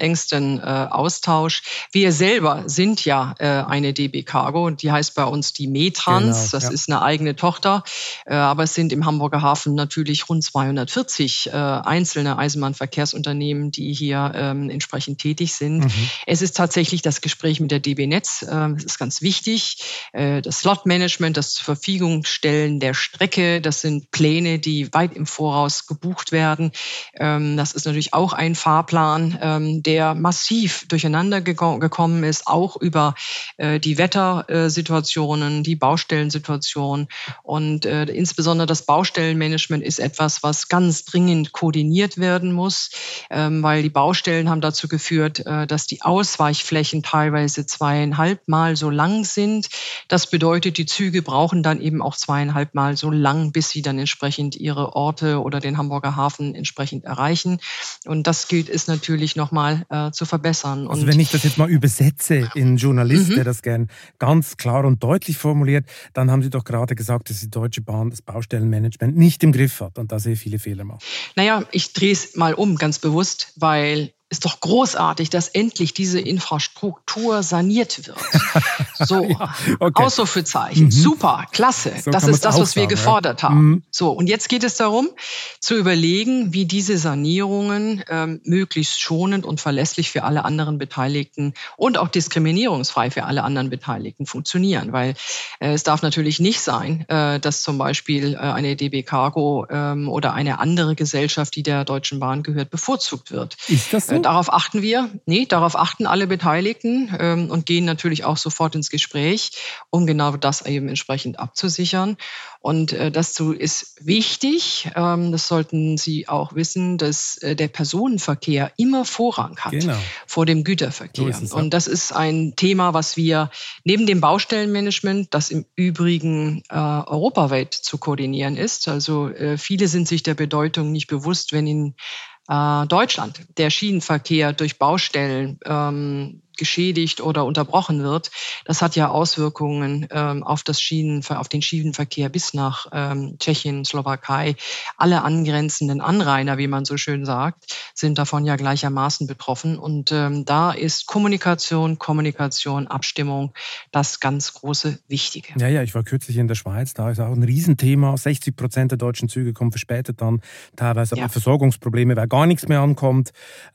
Austausch. Wir selber sind ja eine DB Cargo, die heißt bei uns die Metrans. Genau, das ist eine eigene Tochter, aber es sind im Hamburger Hafen natürlich rund 240 einzelne Eisenbahnverkehrsunternehmen, die hier entsprechend tätig sind. Es ist tatsächlich das Gespräch mit der DB Netz, das ist ganz wichtig. Das Slot-Management, das zur Verfügung stellen der Strecke, das sind Pläne, die weit im Voraus gebucht werden. Das ist natürlich auch ein Fahrplan, der massiv durcheinander gekommen ist, auch über die Wettersituationen, die Baustellensituation. Und insbesondere das Baustellenmanagement ist etwas, was ganz dringend koordiniert werden muss, weil die Baustellen haben dazu geführt, dass die Ausweichflächen teilweise 2,5 Mal so lang sind. Das bedeutet, die Züge brauchen dann eben auch 2,5 Mal so lang, bis sie dann entsprechend ihre Orte oder den Hamburger Hafen entsprechend erreichen. Und das gilt es natürlich nochmal zu verbessern. Also wenn ich das jetzt mal übersetze in einen Journalist, der das gern ganz klar und deutlich formuliert, dann haben Sie doch gerade gesagt, dass die Deutsche Bahn das Baustellenmanagement nicht im Griff hat und da sehr viele Fehler macht. Naja, ich drehe es mal um, ganz bewusst, weil ist doch großartig, dass endlich diese Infrastruktur saniert wird. So, ja, okay. Ausrufezeichen, super, klasse. So das ist das, was wir gefordert haben. So, und jetzt geht es darum, zu überlegen, wie diese Sanierungen möglichst schonend und verlässlich für alle anderen Beteiligten und auch diskriminierungsfrei für alle anderen Beteiligten funktionieren. Weil es darf natürlich nicht sein, dass zum Beispiel eine DB Cargo oder eine andere Gesellschaft, die der Deutschen Bahn gehört, bevorzugt wird. Ist das so? Darauf achten wir. Nee, darauf achten alle Beteiligten und gehen natürlich auch sofort ins Gespräch, um genau das eben entsprechend abzusichern. Und dazu ist wichtig, das sollten Sie auch wissen, dass der Personenverkehr immer Vorrang hat vor dem Güterverkehr. So und das ist ein Thema, was wir neben dem Baustellenmanagement, das im Übrigen europaweit zu koordinieren ist. Also viele sind sich der Bedeutung nicht bewusst, wenn in Deutschland der Schienenverkehr durch Baustellen geschädigt oder unterbrochen wird. Das hat ja Auswirkungen auf den Schienenverkehr bis nach Tschechien, Slowakei. Alle angrenzenden Anrainer, wie man so schön sagt, sind davon ja gleichermaßen betroffen. Und da ist Kommunikation, Abstimmung das ganz große Wichtige. Ja, ich war kürzlich in der Schweiz, da ist auch ein Riesenthema. 60% der deutschen Züge kommen verspätet an, teilweise Versorgungsprobleme, weil gar nichts mehr ankommt,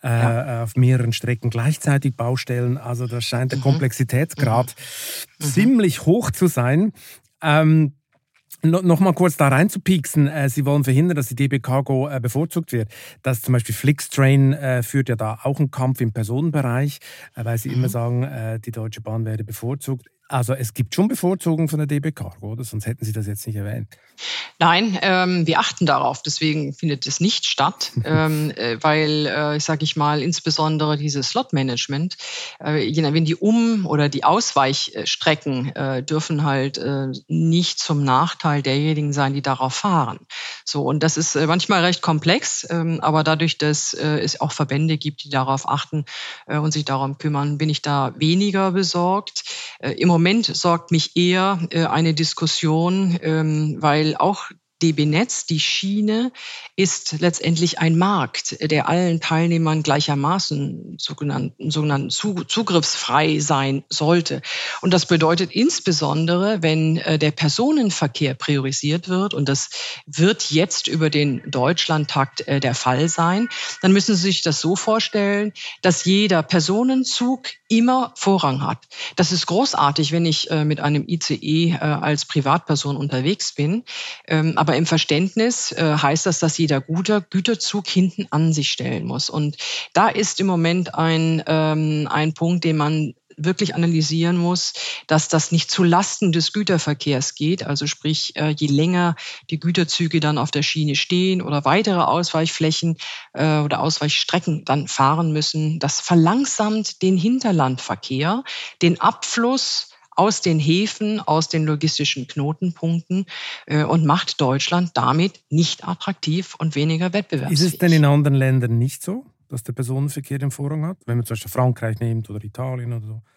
auf mehreren Strecken gleichzeitig Baustellen. Also da scheint der Komplexitätsgrad ziemlich hoch zu sein. Noch mal kurz da rein zu pieksen. Sie wollen verhindern, dass die DB Cargo bevorzugt wird. Das zum Beispiel Flixtrain führt ja da auch einen Kampf im Personenbereich, weil sie immer sagen, die Deutsche Bahn werde bevorzugt. Also es gibt schon Bevorzugung von der DB Cargo, oder? Sonst hätten Sie das jetzt nicht erwähnt. Nein, wir achten darauf. Deswegen findet es nicht statt, weil, sage ich mal, insbesondere dieses Slot-Management, wenn die oder die Ausweichstrecken dürfen halt nicht zum Nachteil derjenigen sein, die darauf fahren. So, und das ist manchmal recht komplex, aber dadurch, dass es auch Verbände gibt, die darauf achten und sich darum kümmern, bin ich da weniger besorgt. Im Moment sorgt mich eher eine Diskussion, weil auch DB Netz, die Schiene, ist letztendlich ein Markt, der allen Teilnehmern gleichermaßen sogenannten zugriffsfrei sein sollte. Und das bedeutet insbesondere, wenn der Personenverkehr priorisiert wird, und das wird jetzt über den Deutschlandtakt der Fall sein, dann müssen Sie sich das so vorstellen, dass jeder Personenzug immer Vorrang hat. Das ist großartig, wenn ich mit einem ICE als Privatperson unterwegs bin. Aber im Verständnis heißt das, dass jeder Güterzug hinten an sich stellen muss. Und da ist im Moment ein Punkt, den man wirklich analysieren muss, dass das nicht zu Lasten des Güterverkehrs geht. Also sprich, je länger die Güterzüge dann auf der Schiene stehen oder weitere Ausweichflächen oder Ausweichstrecken dann fahren müssen, das verlangsamt den Hinterlandverkehr, den Abfluss aus den Häfen, aus den logistischen Knotenpunkten und macht Deutschland damit nicht attraktiv und weniger wettbewerbsfähig. Ist es denn in anderen Ländern nicht so, dass der Personenverkehr den Vorrang hat? Wenn man zum Beispiel Frankreich nimmt oder Italien oder so?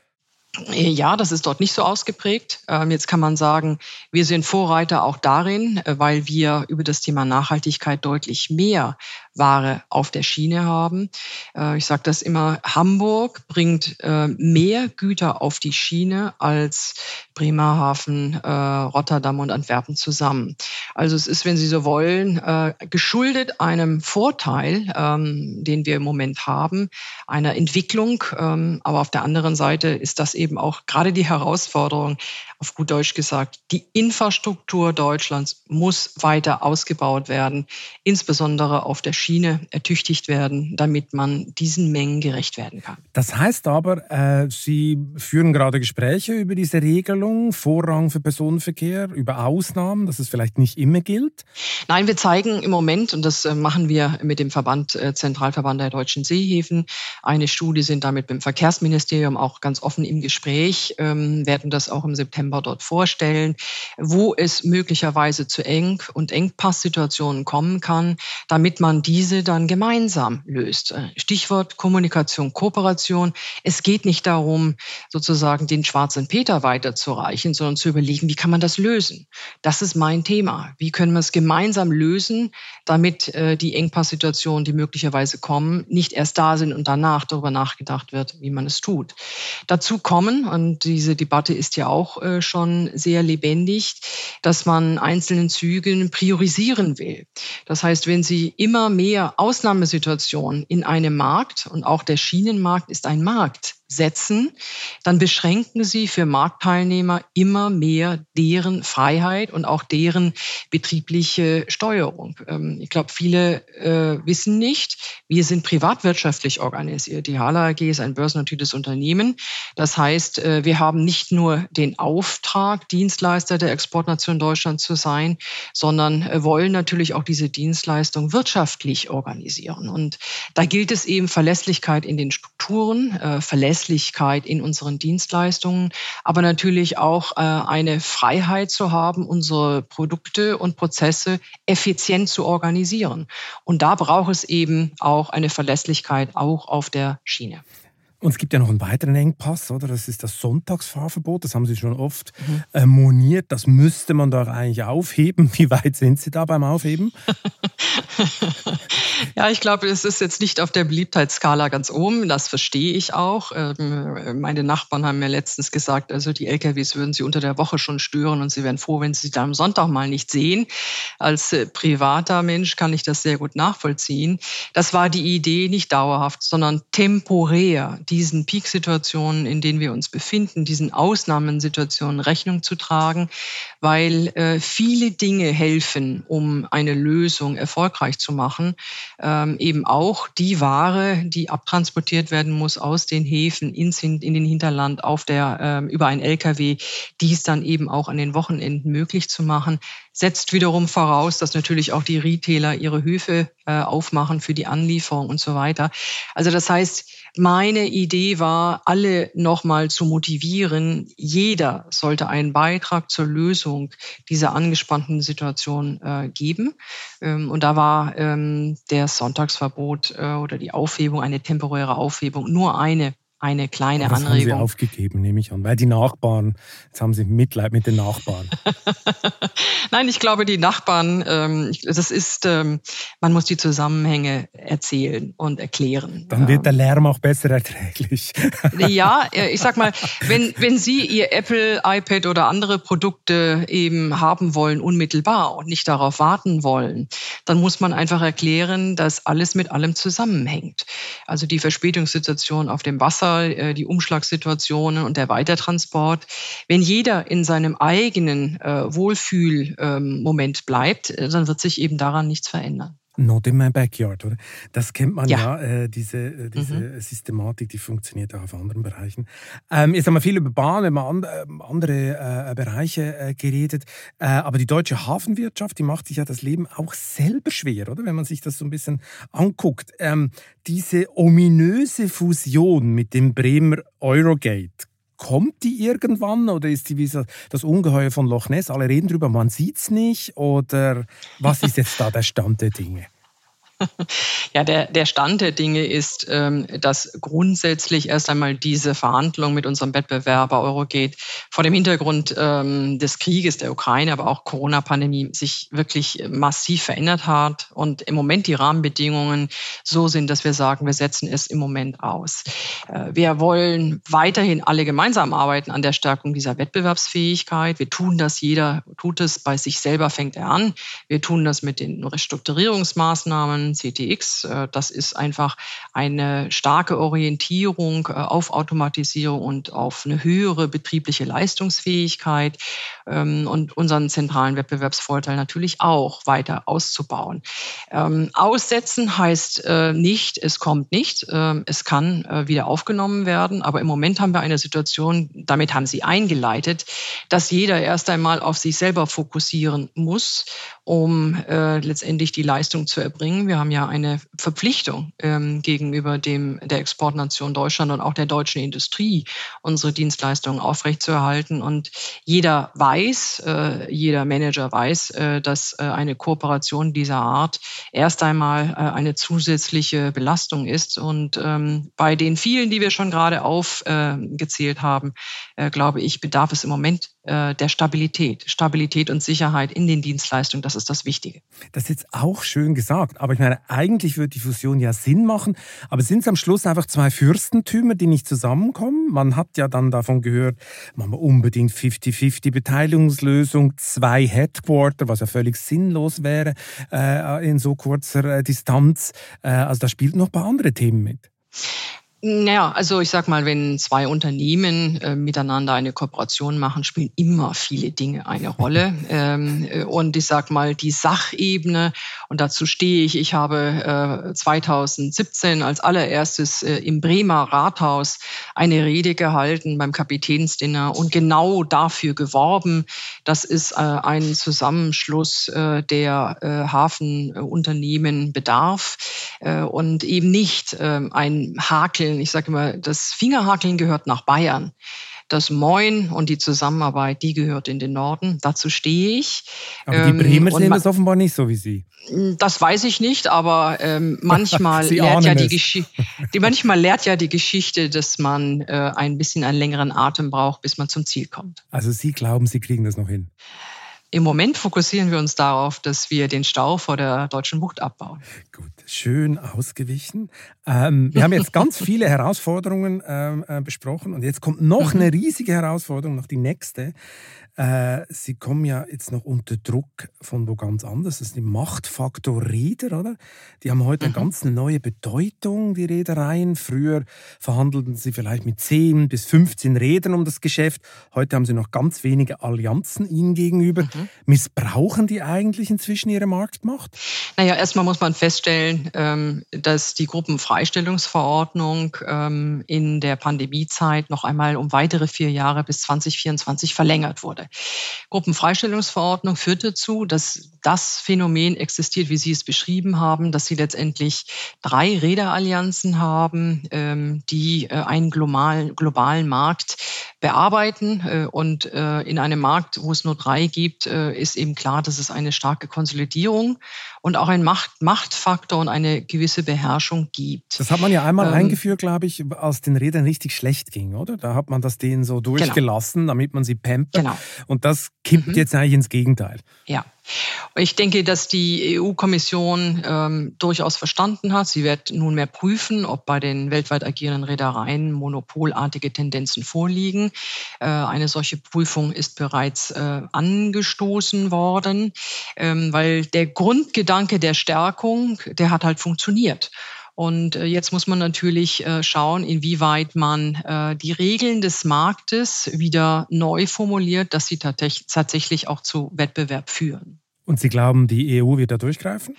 Ja, das ist dort nicht so ausgeprägt. Jetzt kann man sagen, wir sind Vorreiter auch darin, weil wir über das Thema Nachhaltigkeit deutlich mehr Ware auf der Schiene haben. Ich sage das immer, Hamburg bringt mehr Güter auf die Schiene als Bremerhaven, Rotterdam und Antwerpen zusammen. Also es ist, wenn Sie so wollen, geschuldet einem Vorteil, den wir im Moment haben, einer Entwicklung. Aber auf der anderen Seite ist das eben auch gerade die Herausforderung, auf gut Deutsch gesagt, die Infrastruktur Deutschlands muss weiter ausgebaut werden, insbesondere auf der Schiene ertüchtigt werden, damit man diesen Mengen gerecht werden kann. Das heißt aber, Sie führen gerade Gespräche über diese Regelung, Vorrang für Personenverkehr, über Ausnahmen, dass es vielleicht nicht immer gilt? Nein, wir zeigen im Moment, und das machen wir mit dem Zentralverband der deutschen Seehäfen, eine Studie, sind damit beim Verkehrsministerium auch ganz offen im Gespräch, werden das auch im September dort vorstellen, wo es möglicherweise zu Engpasssituationen kommen kann, damit man diese dann gemeinsam löst. Stichwort Kommunikation, Kooperation. Es geht nicht darum, sozusagen den schwarzen Peter weiterzureichen, sondern zu überlegen, wie kann man das lösen? Das ist mein Thema. Wie können wir es gemeinsam lösen, damit die Engpasssituationen, die möglicherweise kommen, nicht erst da sind und danach darüber nachgedacht wird, wie man es tut. Dazu kommen, und diese Debatte ist ja auch schon sehr lebendig, dass man einzelnen Zügen priorisieren will. Das heißt, wenn Sie immer mehr Ausnahmesituationen in einem Markt, und auch der Schienenmarkt ist ein Markt, setzen, dann beschränken Sie für Marktteilnehmer immer mehr deren Freiheit und auch deren betriebliche Steuerung. Ich glaube, viele wissen nicht, wir sind privatwirtschaftlich organisiert. Die HHLA AG ist ein börsennotiertes Unternehmen. Das heißt, wir haben nicht nur den Auftrag, Dienstleister der Exportnation Deutschland zu sein, sondern wollen natürlich auch diese Dienstleistung wirtschaftlich organisieren. Und da gilt es eben Verlässlichkeit in den Strukturen, Verlässlichkeit in unseren Dienstleistungen, aber natürlich auch eine Freiheit zu haben, unsere Produkte und Prozesse effizient zu organisieren. Und da braucht es eben auch eine Verlässlichkeit auch auf der Schiene. Und es gibt ja noch einen weiteren Engpass, oder? Das ist das Sonntagsfahrverbot. Das haben Sie schon oft moniert. Das müsste man doch eigentlich aufheben. Wie weit sind Sie da beim Aufheben? Ja, ich glaube, es ist jetzt nicht auf der Beliebtheitsskala ganz oben. Das verstehe ich auch. Meine Nachbarn haben mir letztens gesagt, also die LKWs würden sie unter der Woche schon stören und sie wären froh, wenn sie sie dann am Sonntag mal nicht sehen. Als privater Mensch kann ich das sehr gut nachvollziehen. Das war die Idee, nicht dauerhaft, sondern temporär diesen Peak-Situationen, in denen wir uns befinden, diesen Ausnahmesituationen Rechnung zu tragen, weil viele Dinge helfen, um eine Lösung erfolgreich zu machen. Eben auch die Ware, die abtransportiert werden muss aus den Häfen in den Hinterland über ein LKW, dies dann eben auch an den Wochenenden möglich zu machen, setzt wiederum voraus, dass natürlich auch die Retailer ihre Höfe aufmachen für die Anlieferung und so weiter. Also das heißt, meine Idee war, alle nochmal zu motivieren. Jeder sollte einen Beitrag zur Lösung dieser angespannten Situation geben. Und da war der Sonntagsverbot oder die Aufhebung, eine temporäre Aufhebung, nur eine kleine das Anregung. Das haben Sie aufgegeben, nehme ich an, weil die Nachbarn, jetzt haben Sie Mitleid mit den Nachbarn. Nein, ich glaube, die Nachbarn, man muss die Zusammenhänge erzählen und erklären. Dann wird der Lärm auch besser erträglich. Ja, ich sag mal, wenn Sie Ihr Apple, iPad oder andere Produkte eben haben wollen, unmittelbar und nicht darauf warten wollen, dann muss man einfach erklären, dass alles mit allem zusammenhängt. Also die Verspätungssituation auf dem Wasser, die Umschlagssituationen und der Weitertransport. Wenn jeder in seinem eigenen Wohlfühlmoment bleibt, dann wird sich eben daran nichts verändern. Not in my backyard, oder? Das kennt man ja, diese Systematik, die funktioniert auch auf anderen Bereichen. Jetzt haben wir viel über Bahn, über andere Bereiche geredet, aber die deutsche Hafenwirtschaft, die macht sich ja das Leben auch selber schwer, oder? Wenn man sich das so ein bisschen anguckt. Diese ominöse Fusion mit dem Bremer Eurogate, kommt die irgendwann oder ist die wie das Ungeheuer von Loch Ness? Alle reden drüber, man sieht es nicht. Oder was ist jetzt da der Stand der Dinge? Ja, der Stand der Dinge ist, dass grundsätzlich erst einmal diese Verhandlung mit unserem Wettbewerber Eurogate vor dem Hintergrund des Krieges der Ukraine, aber auch Corona-Pandemie sich wirklich massiv verändert hat und im Moment die Rahmenbedingungen so sind, dass wir sagen, wir setzen es im Moment aus. Wir wollen weiterhin alle gemeinsam arbeiten an der Stärkung dieser Wettbewerbsfähigkeit. Wir tun das, jeder tut es, bei sich selber fängt er an. Wir tun das mit den Restrukturierungsmaßnahmen, CTX, das ist einfach eine starke Orientierung auf Automatisierung und auf eine höhere betriebliche Leistungsfähigkeit und unseren zentralen Wettbewerbsvorteil natürlich auch weiter auszubauen. Aussetzen heißt nicht, es kommt nicht, es kann wieder aufgenommen werden, aber im Moment haben wir eine Situation, damit haben Sie eingeleitet, dass jeder erst einmal auf sich selber fokussieren muss, um letztendlich die Leistung zu erbringen. Wir haben ja eine Verpflichtung gegenüber der Exportnation Deutschland und auch der deutschen Industrie, unsere Dienstleistungen aufrechtzuerhalten. Und jeder Manager weiß, dass eine Kooperation dieser Art erst einmal eine zusätzliche Belastung ist. Und bei den vielen, die wir schon gerade aufgezählt haben, glaube ich, bedarf es im Moment der Stabilität und Sicherheit in den Dienstleistungen, das ist das Wichtige. Das ist jetzt auch schön gesagt, aber ich meine, eigentlich würde die Fusion ja Sinn machen, aber sind es am Schluss einfach zwei Fürstentümer, die nicht zusammenkommen? Man hat ja dann davon gehört, man will unbedingt 50-50 Beteiligungslösung, 2 Headquarter, was ja völlig sinnlos wäre in so kurzer Distanz. Also da spielt noch ein paar andere Themen mit. Naja, also ich sag mal, wenn 2 Unternehmen miteinander eine Kooperation machen, spielen immer viele Dinge eine Rolle. Und ich sag mal, die Sachebene, und dazu stehe ich, ich habe 2017 als allererstes im Bremer Rathaus eine Rede gehalten beim Kapitänsdinner und genau dafür geworben, dass es einen Zusammenschluss der Hafenunternehmen bedarf und eben nicht ein Hakeln. Ich sage immer, das Fingerhakeln gehört nach Bayern. Das Moin und die Zusammenarbeit, die gehört in den Norden. Dazu stehe ich. Aber die Bremer sehen das offenbar nicht so wie Sie. Das weiß ich nicht, aber manchmal lehrt ja die Geschichte, dass man ein bisschen einen längeren Atem braucht, bis man zum Ziel kommt. Also Sie glauben, Sie kriegen das noch hin? im Moment fokussieren wir uns darauf, dass wir den Stau vor der Deutschen Bucht abbauen. Gut, schön ausgewichen. Wir haben jetzt ganz viele Herausforderungen besprochen und jetzt kommt noch eine riesige Herausforderung, noch die nächste. Sie kommen ja jetzt noch unter Druck von wo ganz anders. Das ist die Machtfaktor Reeder, oder? Die haben heute eine ganz neue Bedeutung, die Reedereien. Früher verhandelten sie vielleicht mit 10 bis 15 Reedern um das Geschäft. Heute haben sie noch ganz wenige Allianzen ihnen gegenüber. Missbrauchen die eigentlich inzwischen ihre Marktmacht? Naja, erstmal muss man feststellen, dass die Gruppenfreistellungsverordnung in der Pandemiezeit noch einmal um weitere 4 Jahre bis 2024 verlängert wurde. Gruppenfreistellungsverordnung führt dazu, dass das Phänomen existiert, wie Sie es beschrieben haben, dass Sie letztendlich 3 Reederallianzen haben, die einen globalen Markt bearbeiten. Und in einem Markt, wo es nur 3 gibt, ist eben klar, dass es eine starke Konsolidierung und auch ein Machtfaktor und eine gewisse Beherrschung gibt. Das hat man ja einmal eingeführt, glaube ich, als den Rädern richtig schlecht ging, oder? Da hat man das denen so durchgelassen, damit man sie pampert. Genau. Und das kippt jetzt eigentlich ins Gegenteil. Ja. Ich denke, dass die EU-Kommission durchaus verstanden hat. Sie wird nunmehr prüfen, ob bei den weltweit agierenden Reedereien monopolartige Tendenzen vorliegen. Eine solche Prüfung ist bereits angestoßen worden, weil der Grundgedanke der Stärkung, der hat halt funktioniert. Und jetzt muss man natürlich schauen, inwieweit man die Regeln des Marktes wieder neu formuliert, dass sie tatsächlich auch zu Wettbewerb führen. Und Sie glauben, die EU wird da durchgreifen?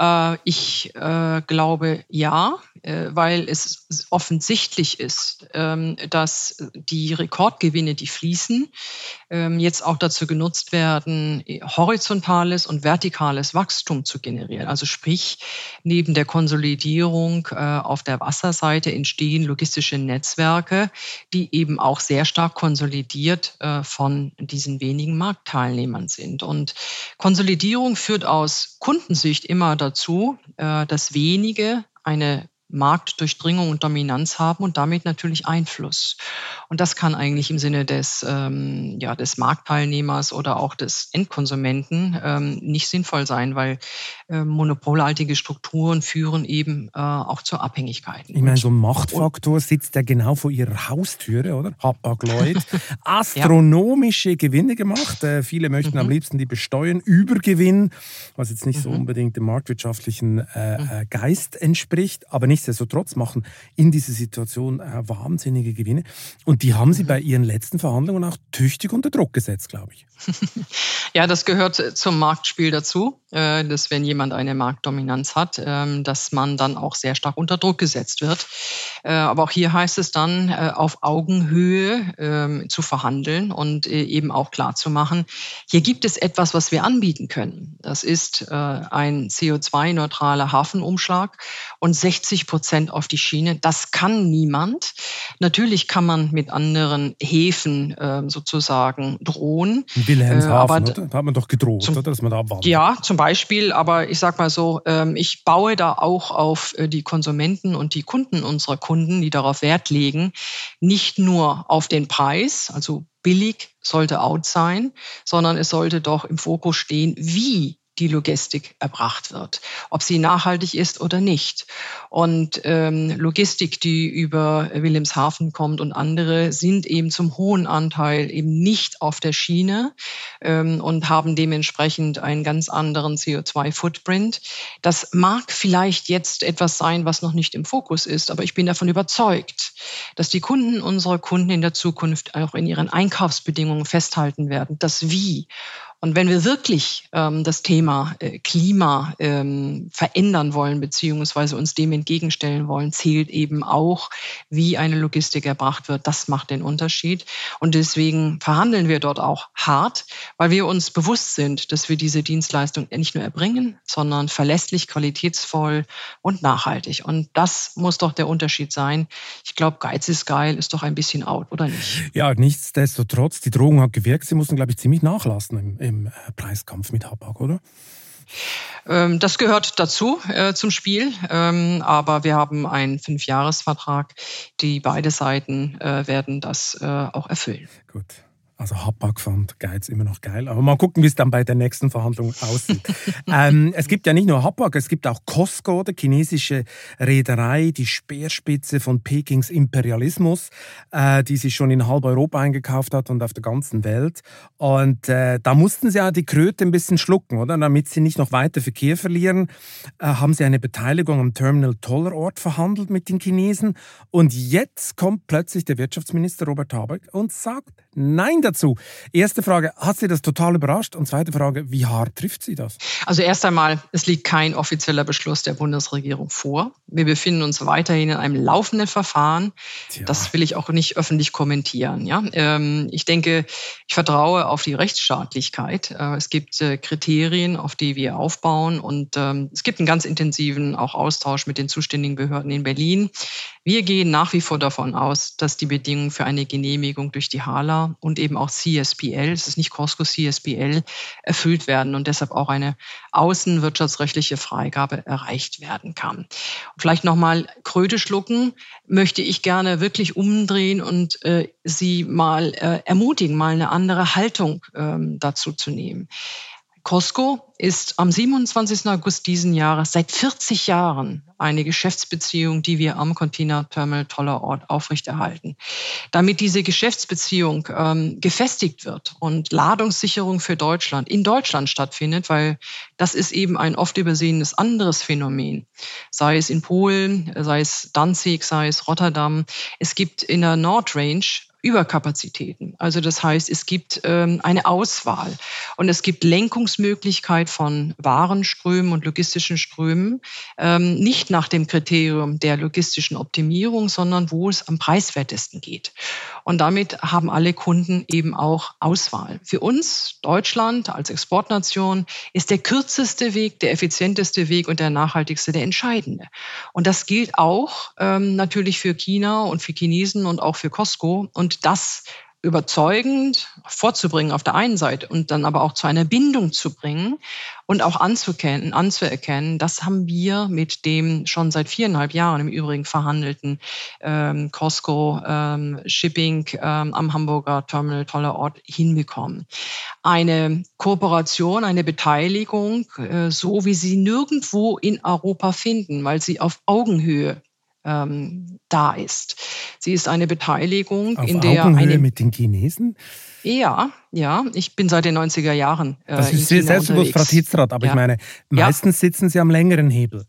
Ich glaube ja, weil es offensichtlich ist, dass die Rekordgewinne, die fließen, jetzt auch dazu genutzt werden, horizontales und vertikales Wachstum zu generieren. Also sprich, neben der Konsolidierung auf der Wasserseite entstehen logistische Netzwerke, die eben auch sehr stark konsolidiert von diesen wenigen Marktteilnehmern sind. Und Konsolidierung führt aus Kundensicht immer dazu, dass wenige eine Marktdurchdringung und Dominanz haben und damit natürlich Einfluss. Und das kann eigentlich im Sinne des Marktteilnehmers oder auch des Endkonsumenten nicht sinnvoll sein, weil monopolartige Strukturen führen eben auch zu Abhängigkeiten. Ich meine, so ein Machtfaktor sitzt ja genau vor Ihrer Haustüre, oder? Hapag-Lloyd. Astronomische Gewinne gemacht. Viele möchten am liebsten die besteuern, Übergewinn, was jetzt nicht so unbedingt dem marktwirtschaftlichen Geist entspricht, aber nichtsdestotrotz machen in dieser Situation wahnsinnige Gewinne. Und die haben Sie bei Ihren letzten Verhandlungen auch tüchtig unter Druck gesetzt, glaube ich. Ja, das gehört zum Marktspiel dazu, dass wenn jemand eine Marktdominanz hat, dass man dann auch sehr stark unter Druck gesetzt wird. Aber auch hier heißt es dann, auf Augenhöhe zu verhandeln und eben auch klarzumachen, hier gibt es etwas, was wir anbieten können. Das ist ein CO2-neutraler Hafenumschlag und 60% auf die Schiene. Das kann niemand. Natürlich kann man mit anderen Häfen sozusagen drohen. Wilhelmshaven, oder? Da hat man doch gedroht, oder? Dass man da abwandert. Ja, zum Beispiel. Aber ich sag mal so, ich baue da auch auf die Konsumenten und die Kunden unserer Kunden, die darauf Wert legen, nicht nur auf den Preis, also billig sollte out sein, sondern es sollte doch im Fokus stehen, wie die Logistik erbracht wird, ob sie nachhaltig ist oder nicht. Und Logistik, die über Wilhelmshaven kommt und andere, sind eben zum hohen Anteil eben nicht auf der Schiene und haben dementsprechend einen ganz anderen CO2-Footprint. Das mag vielleicht jetzt etwas sein, was noch nicht im Fokus ist, aber ich bin davon überzeugt, dass die Kunden unserer Kunden in der Zukunft auch in ihren Einkaufsbedingungen festhalten werden, das Wie. Und wenn wir wirklich das Thema Klima verändern wollen, beziehungsweise uns dem entgegenstellen wollen, zählt eben auch, wie eine Logistik erbracht wird. Das macht den Unterschied. Und deswegen verhandeln wir dort auch hart, weil wir uns bewusst sind, dass wir diese Dienstleistung nicht nur erbringen, sondern verlässlich, qualitätsvoll und nachhaltig. Und das muss doch der Unterschied sein. Ich glaube, Geiz ist geil, ist doch ein bisschen out, oder nicht? Ja, nichtsdestotrotz, die Drohung hat gewirkt. Sie mussten, glaube ich, ziemlich nachlassen im Preiskampf mit Hapag, oder? Das gehört dazu zum Spiel, aber wir haben einen 5-Jahres-Vertrag. Die beide Seiten werden das auch erfüllen. Gut. Also Hapag-Pfand immer noch geil. Aber mal gucken, wie es dann bei der nächsten Verhandlung aussieht. Es gibt ja nicht nur Hapag, es gibt auch COSCO, die chinesische Reederei, die Speerspitze von Pekings Imperialismus, die sich schon in halb Europa eingekauft hat und auf der ganzen Welt. Und da mussten sie ja die Kröte ein bisschen schlucken, oder? Damit sie nicht noch weiter Verkehr verlieren, haben sie eine Beteiligung am Terminal Tollerort verhandelt mit den Chinesen. Und jetzt kommt plötzlich der Wirtschaftsminister Robert Habeck und sagt Nein dazu. Erste Frage, hat Sie das total überrascht? Und zweite Frage, wie hart trifft Sie das? Also erst einmal, es liegt kein offizieller Beschluss der Bundesregierung vor. Wir befinden uns weiterhin in einem laufenden Verfahren. Tja. Das will ich auch nicht öffentlich kommentieren. Ja? Ich denke, ich vertraue auf die Rechtsstaatlichkeit. Es gibt Kriterien, auf die wir aufbauen. Und es gibt einen ganz intensiven auch Austausch mit den zuständigen Behörden in Berlin. Wir gehen nach wie vor davon aus, dass die Bedingungen für eine Genehmigung durch die HALA und eben auch CSPL, es ist nicht COSCO, CSPL, erfüllt werden und deshalb auch eine außenwirtschaftsrechtliche Freigabe erreicht werden kann. Und vielleicht nochmal Kröte schlucken, möchte ich gerne wirklich umdrehen und Sie mal ermutigen, mal eine andere Haltung dazu zu nehmen. COSCO ist am 27. August diesen Jahres seit 40 Jahren eine Geschäftsbeziehung, die wir am Container Terminal Tollerort aufrechterhalten. Damit diese Geschäftsbeziehung gefestigt wird und Ladungssicherung für Deutschland in Deutschland stattfindet, weil das ist eben ein oft übersehenes anderes Phänomen, sei es in Polen, sei es Danzig, sei es Rotterdam. Es gibt in der Nordrange Überkapazitäten. Also das heißt, es gibt eine Auswahl und es gibt Lenkungsmöglichkeit von Warenströmen und logistischen Strömen, nicht nach dem Kriterium der logistischen Optimierung, sondern wo es am preiswertesten geht. Und damit haben alle Kunden eben auch Auswahl. Für uns, Deutschland als Exportnation, ist der kürzeste Weg, der effizienteste Weg und der nachhaltigste der entscheidende. Und das gilt auch natürlich für China und für Chinesen und auch für COSCO. Und das überzeugend vorzubringen auf der einen Seite und dann aber auch zu einer Bindung zu bringen und auch anzuerkennen, das haben wir mit dem schon seit 4,5 Jahren im Übrigen verhandelten COSCO Shipping am Hamburger Terminal Tollerort hinbekommen. Eine Kooperation, eine Beteiligung, so wie Sie nirgendwo in Europa finden, weil sie auf Augenhöhe da ist. Sie ist eine Beteiligung, auf in der Augenhöhe mit den Chinesen? Ja, ich bin seit den 90er Jahren das ist sehr selbstbewusst, Frau Titzrath, aber ich meine, meistens sitzen Sie am längeren Hebel.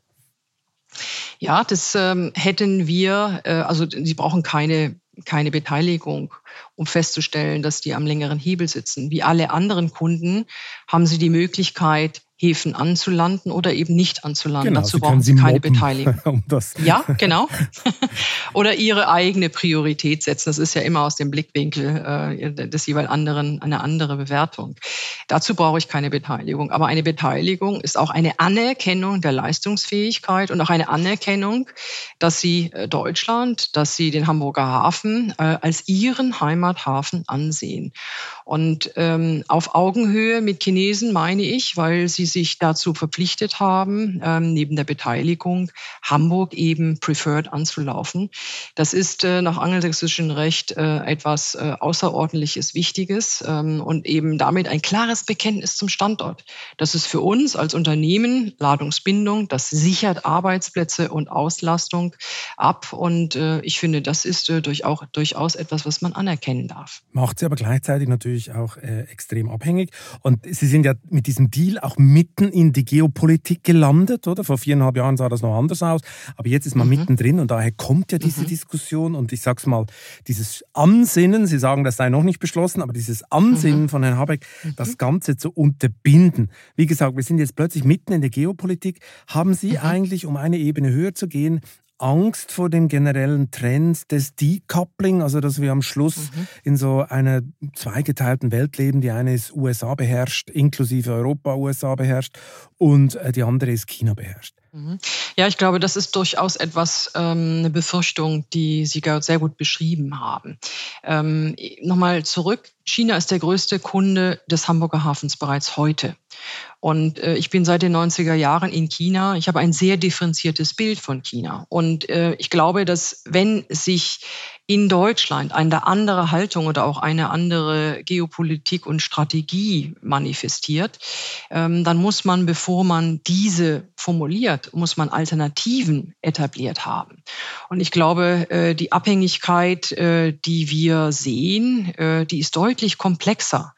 Ja, das hätten wir, also Sie brauchen keine Beteiligung, um festzustellen, dass die am längeren Hebel sitzen. Wie alle anderen Kunden haben Sie die Möglichkeit, Häfen anzulanden oder eben nicht anzulanden. Genau, dazu brauchen Sie keine Beteiligung. Ja, genau. Oder Ihre eigene Priorität setzen. Das ist ja immer aus dem Blickwinkel des jeweils anderen eine andere Bewertung. Dazu brauche ich keine Beteiligung. Aber eine Beteiligung ist auch eine Anerkennung der Leistungsfähigkeit und auch eine Anerkennung, dass Sie Deutschland, dass Sie den Hamburger Hafen als Ihren Heimathafen ansehen. Und auf Augenhöhe mit Chinesen meine ich, weil sie sich dazu verpflichtet haben, neben der Beteiligung Hamburg eben preferred anzulaufen. Das ist nach angelsächsischem Recht etwas Außerordentliches, Wichtiges und eben damit ein klares Bekenntnis zum Standort. Das ist für uns als Unternehmen Ladungsbindung, das sichert Arbeitsplätze und Auslastung ab und ich finde, das ist durchaus etwas, was man anerkennen darf. Macht sie aber gleichzeitig natürlich auch extrem abhängig und Sie sind ja mit diesem Deal auch mitten in die Geopolitik gelandet, oder? Vor 4,5 Jahren sah das noch anders aus, aber jetzt ist man mittendrin und daher kommt ja diese Diskussion und ich sag's mal, dieses Ansinnen, Sie sagen, das sei noch nicht beschlossen, aber dieses Ansinnen von Herrn Habeck, das Ganze zu unterbinden. Wie gesagt, wir sind jetzt plötzlich mitten in der Geopolitik. Haben Sie eigentlich, um eine Ebene höher zu gehen, Angst vor dem generellen Trend des Decoupling, also dass wir am Schluss in so einer zweigeteilten Welt leben. Die eine ist USA beherrscht, inklusive Europa USA beherrscht und die andere ist China beherrscht. Ja, ich glaube, das ist durchaus etwas, eine Befürchtung, die Sie sehr gut beschrieben haben. Nochmal zurück. China ist der größte Kunde des Hamburger Hafens bereits heute. Und ich bin seit den 90er Jahren in China. Ich habe ein sehr differenziertes Bild von China. Und ich glaube, dass wenn sich in Deutschland eine andere Haltung oder auch eine andere Geopolitik und Strategie manifestiert, dann muss man, bevor man diese formuliert, muss man Alternativen etabliert haben. Und ich glaube, die Abhängigkeit, die wir sehen, die ist deutlich komplexer.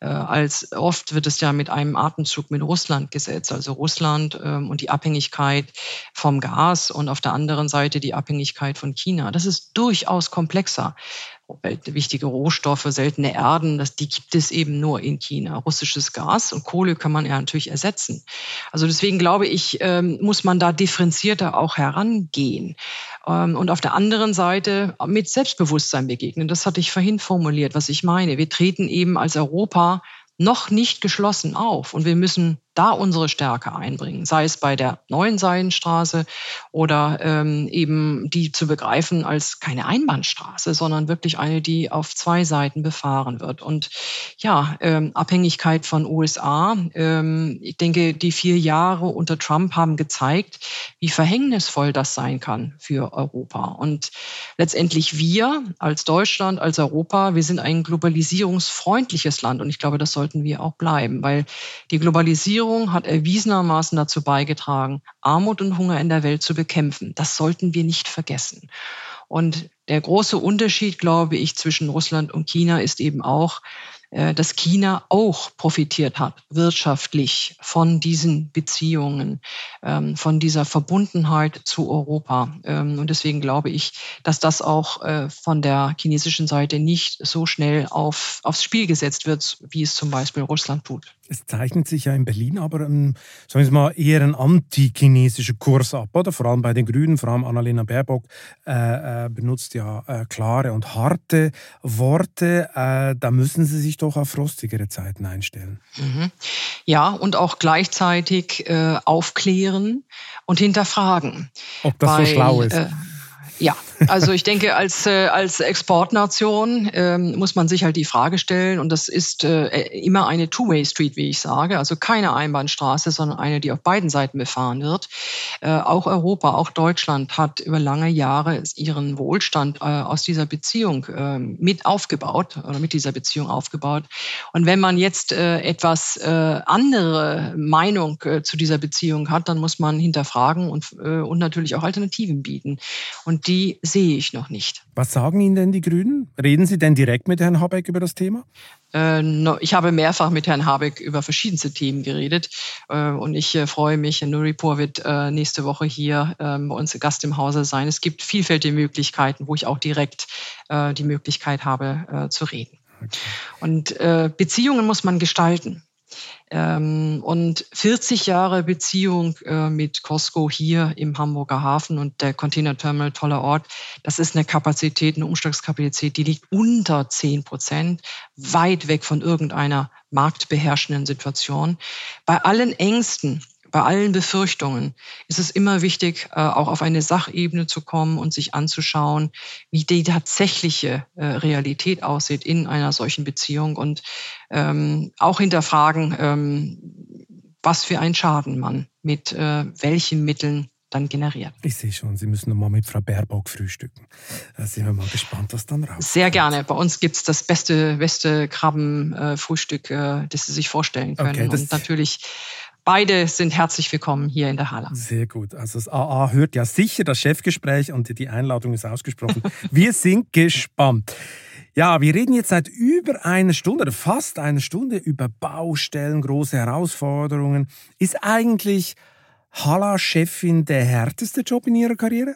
Als oft wird es ja mit einem Atemzug mit Russland gesetzt, also Russland und die Abhängigkeit vom Gas und auf der anderen Seite die Abhängigkeit von China. Das ist durchaus komplexer. Wichtige Rohstoffe, seltene Erden, die gibt es eben nur in China. Russisches Gas und Kohle kann man ja natürlich ersetzen. Also deswegen glaube ich, muss man da differenzierter auch herangehen. Und auf der anderen Seite mit Selbstbewusstsein begegnen. Das hatte ich vorhin formuliert, was ich meine. Wir treten eben als Europa noch nicht geschlossen auf und wir müssen da unsere Stärke einbringen, sei es bei der neuen Seidenstraße oder eben die zu begreifen als keine Einbahnstraße, sondern wirklich eine, die auf zwei Seiten befahren wird. Und ja, Abhängigkeit von USA. Ich denke, die 4 Jahre unter Trump haben gezeigt, wie verhängnisvoll das sein kann für Europa. Und letztendlich wir als Deutschland, als Europa, wir sind ein globalisierungsfreundliches Land und ich glaube, das sollten wir auch bleiben, weil die Globalisierung hat erwiesenermaßen dazu beigetragen, Armut und Hunger in der Welt zu bekämpfen. Das sollten wir nicht vergessen. Und der große Unterschied, glaube ich, zwischen Russland und China ist eben auch, dass China auch profitiert hat, wirtschaftlich von diesen Beziehungen, von dieser Verbundenheit zu Europa. Und deswegen glaube ich, dass das auch von der chinesischen Seite nicht so schnell aufs Spiel gesetzt wird, wie es zum Beispiel Russland tut. Es zeichnet sich ja in Berlin aber sagen wir mal, eher ein anti-chinesischer Kurs ab, oder? Vor allem bei den Grünen, vor allem Annalena Baerbock benutzt ja klare und harte Worte. Da müssen Sie sich doch auf frostigere Zeiten einstellen. Mhm. Ja, und auch gleichzeitig aufklären und hinterfragen. Ob das so schlau ist. Ja, also ich denke, als Exportnation muss man sich halt die Frage stellen, und das ist immer eine Two-Way-Street, wie ich sage, also keine Einbahnstraße, sondern eine, die auf beiden Seiten befahren wird. Auch Europa, auch Deutschland hat über lange Jahre ihren Wohlstand aus dieser Beziehung mit dieser Beziehung aufgebaut. Und wenn man jetzt etwas andere Meinung zu dieser Beziehung hat, dann muss man hinterfragen und natürlich auch Alternativen bieten. Und die sehe ich noch nicht. Was sagen Ihnen denn die Grünen? Reden Sie denn direkt mit Herrn Habeck über das Thema? Ich habe mehrfach mit Herrn Habeck über verschiedenste Themen geredet und ich freue mich, Herr Nuripur wird nächste Woche hier bei uns Gast im Hause sein. Es gibt vielfältige Möglichkeiten, wo ich auch direkt die Möglichkeit habe zu reden. Okay. Und Beziehungen muss man gestalten. Und 40 Jahre Beziehung mit Costco hier im Hamburger Hafen und der Container Terminal, toller Ort, das ist eine Kapazität, eine Umschlagskapazität, die liegt unter 10%, weit weg von irgendeiner marktbeherrschenden Situation. Bei allen Ängsten, bei allen Befürchtungen ist es immer wichtig, auch auf eine Sachebene zu kommen und sich anzuschauen, wie die tatsächliche Realität aussieht in einer solchen Beziehung und auch hinterfragen, was für einen Schaden man mit welchen Mitteln dann generiert. Ich sehe schon, Sie müssen noch mal mit Frau Baerbock frühstücken. Da sind wir mal gespannt, was dann rauskommt. Sehr gerne. Bei uns gibt es das beste Krabbenfrühstück, das Sie sich vorstellen können. Okay, und natürlich beide sind herzlich willkommen hier in der Hala. Sehr gut. Also das AA hört ja sicher das Chefgespräch und die Einladung ist ausgesprochen. Wir sind gespannt. Ja, wir reden jetzt seit über einer Stunde oder fast einer Stunde über Baustellen, große Herausforderungen. Ist eigentlich Hala-Chefin der härteste Job in Ihrer Karriere?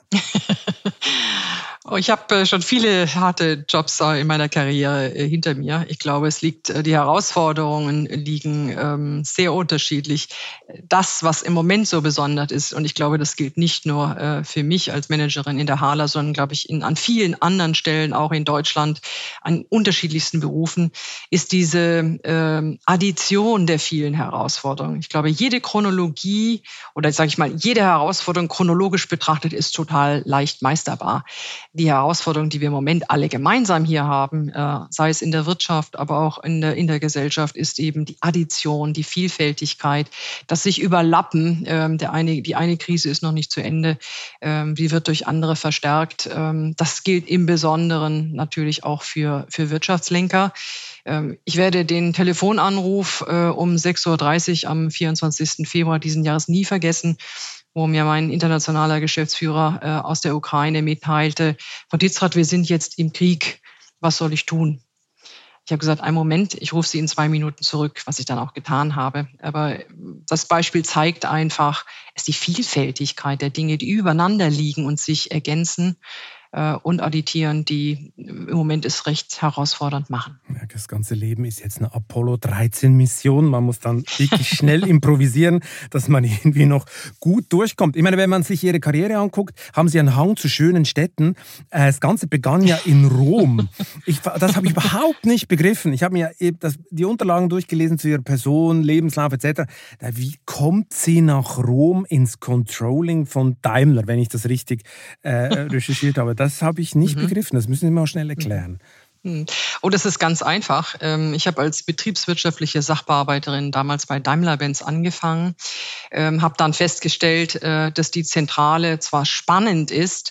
Ich habe schon viele harte Jobs in meiner Karriere hinter mir. Ich glaube, die Herausforderungen liegen sehr unterschiedlich. Das, was im Moment so besonders ist, und ich glaube, das gilt nicht nur für mich als Managerin in der Hala, sondern, glaube ich, an vielen anderen Stellen, auch in Deutschland, an unterschiedlichsten Berufen, ist diese Addition der vielen Herausforderungen. Ich glaube, jede Chronologie oder, sage ich mal, jede Herausforderung chronologisch betrachtet ist total leicht meisterbar. die Herausforderungen, die wir im Moment alle gemeinsam hier haben, sei es in der Wirtschaft, aber auch in der Gesellschaft, ist eben die Addition, die Vielfältigkeit, das sich überlappen. Die eine Krise ist noch nicht zu Ende, die wird durch andere verstärkt. Das gilt im Besonderen natürlich auch für Wirtschaftslenker. Ich werde den Telefonanruf um 6.30 Uhr am 24. Februar diesen Jahres nie vergessen, wo mir mein internationaler Geschäftsführer aus der Ukraine mitteilte: Frau Dietzrath, wir sind jetzt im Krieg, was soll ich tun? Ich habe gesagt, einen Moment, ich rufe Sie in 2 Minuten zurück, was ich dann auch getan habe. Aber das Beispiel zeigt einfach, es ist die Vielfältigkeit der Dinge, die übereinander liegen und sich ergänzen und addieren, die im Moment es recht herausfordernd machen. Ja, das ganze Leben ist jetzt eine Apollo-13-Mission. Man muss dann wirklich schnell improvisieren, dass man irgendwie noch gut durchkommt. Ich meine, wenn man sich Ihre Karriere anguckt, haben Sie einen Hang zu schönen Städten. Das Ganze begann ja in Rom. Das habe ich überhaupt nicht begriffen. Ich habe mir die Unterlagen durchgelesen zu Ihrer Person, Lebenslauf etc. Wie kommt sie nach Rom ins Controlling von Daimler, wenn ich das richtig recherchiert habe? Das habe ich nicht begriffen. Das müssen Sie mir mal schnell erklären. Oh, das ist ganz einfach. Ich habe als betriebswirtschaftliche Sachbearbeiterin damals bei Daimler-Benz angefangen, habe dann festgestellt, dass die Zentrale zwar spannend ist,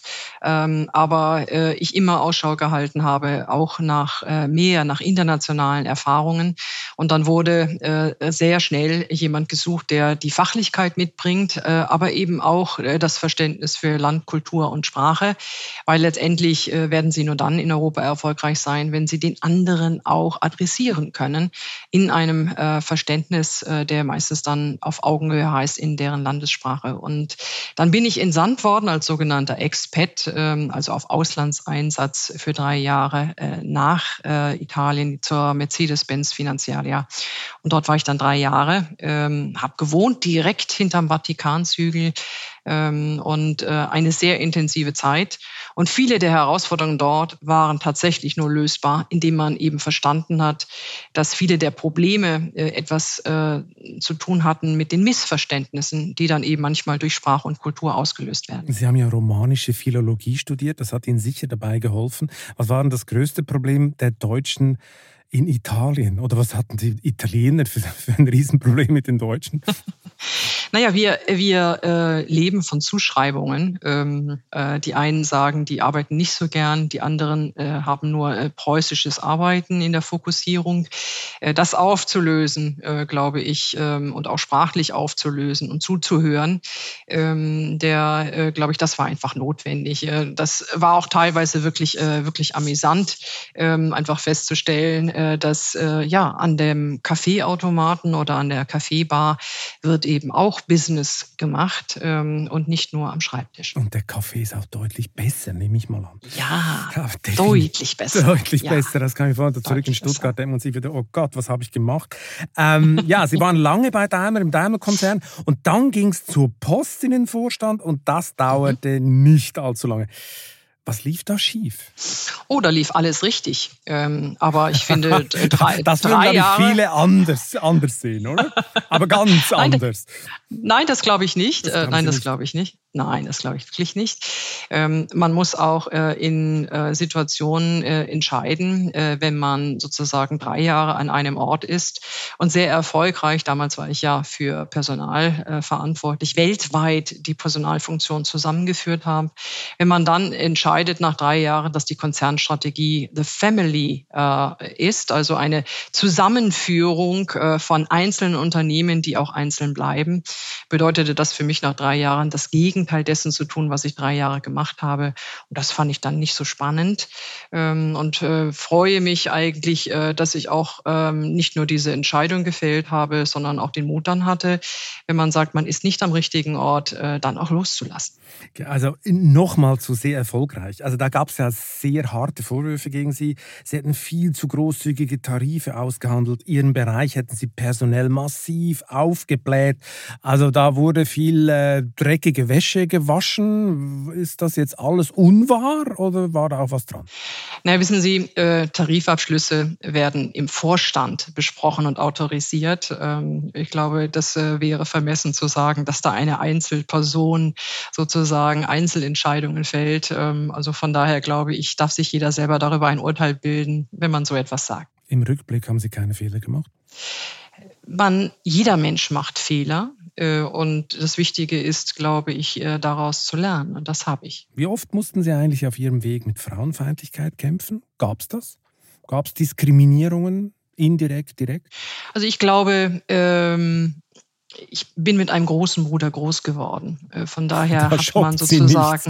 aber ich immer Ausschau gehalten habe, auch nach internationalen Erfahrungen. Und dann wurde sehr schnell jemand gesucht, der die Fachlichkeit mitbringt, aber eben auch das Verständnis für Land, Kultur und Sprache, weil letztendlich werden Sie nur dann in Europa erfolgreich sein, wenn Sie den anderen auch adressieren können in einem Verständnis, der meistens dann auf Augenhöhe heißt in deren Landessprache. Und dann bin ich entsandt worden als sogenannter Expat, also auf Auslandseinsatz für 3 Jahre nach Italien zur Mercedes-Benz Finanzialia. Und dort war ich dann 3 Jahre, habe gewohnt direkt hinterm Vatikanshügel, und eine sehr intensive Zeit. Und viele der Herausforderungen dort waren tatsächlich nur lösbar, indem man eben verstanden hat, dass viele der Probleme etwas zu tun hatten mit den Missverständnissen, die dann eben manchmal durch Sprache und Kultur ausgelöst werden. Sie haben ja romanische Philologie studiert, das hat Ihnen sicher dabei geholfen. Was war denn das größte Problem der Deutschen in Italien? Oder was hatten die Italiener für ein Riesenproblem mit den Deutschen? Naja, wir leben von Zuschreibungen. Die einen sagen, die arbeiten nicht so gern, die anderen haben nur preußisches Arbeiten in der Fokussierung. Das aufzulösen, glaube ich, und auch sprachlich aufzulösen und zuzuhören, glaube ich, das war einfach notwendig. Das war auch teilweise wirklich amüsant, einfach festzustellen, dass an dem Kaffeeautomaten oder an der Kaffeebar wird eben auch Business gemacht und nicht nur am Schreibtisch. Und der Kaffee ist auch deutlich besser, nehme ich mal an. Ja, deutlich besser. Deutlich besser, das kann ich vorstellen. Zurück in Stuttgart denkt man sich wieder, oh Gott, was habe ich gemacht? Sie waren lange bei Daimler, im Daimler-Konzern und dann ging es zur Post in den Vorstand und das dauerte nicht allzu lange. Was lief da schief? Oh, da lief alles richtig. Aber ich finde, das würden, glaube ich, viele anders sehen, oder? Aber ganz anders. Nein, das glaube ich nicht. Das glaube ich nicht. Nein, das glaube ich wirklich nicht. Man muss auch in Situationen entscheiden, wenn man sozusagen 3 Jahre an einem Ort ist und sehr erfolgreich, damals war ich ja für Personal verantwortlich, weltweit die Personalfunktion zusammengeführt habe. Wenn man dann entscheidet nach 3 Jahren, dass die Konzernstrategie The Family ist, also eine Zusammenführung von einzelnen Unternehmen, die auch einzeln bleiben, bedeutete das für mich nach 3 Jahren das Gegenteil dessen zu tun, was ich 3 Jahre gemacht habe. Und das fand ich dann nicht so spannend und freue mich eigentlich, dass ich auch nicht nur diese Entscheidung gefällt habe, sondern auch den Mut dann hatte, wenn man sagt, man ist nicht am richtigen Ort, dann auch loszulassen. Also nochmal zu sehr erfolgreich. Also da gab es ja sehr harte Vorwürfe gegen Sie. Sie hätten viel zu großzügige Tarife ausgehandelt. Ihren Bereich hätten Sie personell massiv aufgebläht. Also da wurde viel dreckige Wäsche Wäsche gewaschen. Ist das jetzt alles unwahr oder war da auch was dran? Na, wissen Sie, Tarifabschlüsse werden im Vorstand besprochen und autorisiert. Ich glaube, das wäre vermessen zu sagen, dass da eine Einzelperson sozusagen Einzelentscheidungen fällt. Also von daher glaube ich, darf sich jeder selber darüber ein Urteil bilden, wenn man so etwas sagt. Im Rückblick haben Sie keine Fehler gemacht? Jeder Mensch macht Fehler. Und das Wichtige ist, glaube ich, daraus zu lernen. Und das habe ich. Wie oft mussten Sie eigentlich auf Ihrem Weg mit Frauenfeindlichkeit kämpfen? Gab es das? Gab es Diskriminierungen, indirekt, direkt? Also ich glaube, ich bin mit einem großen Bruder groß geworden. Von daher hat man sozusagen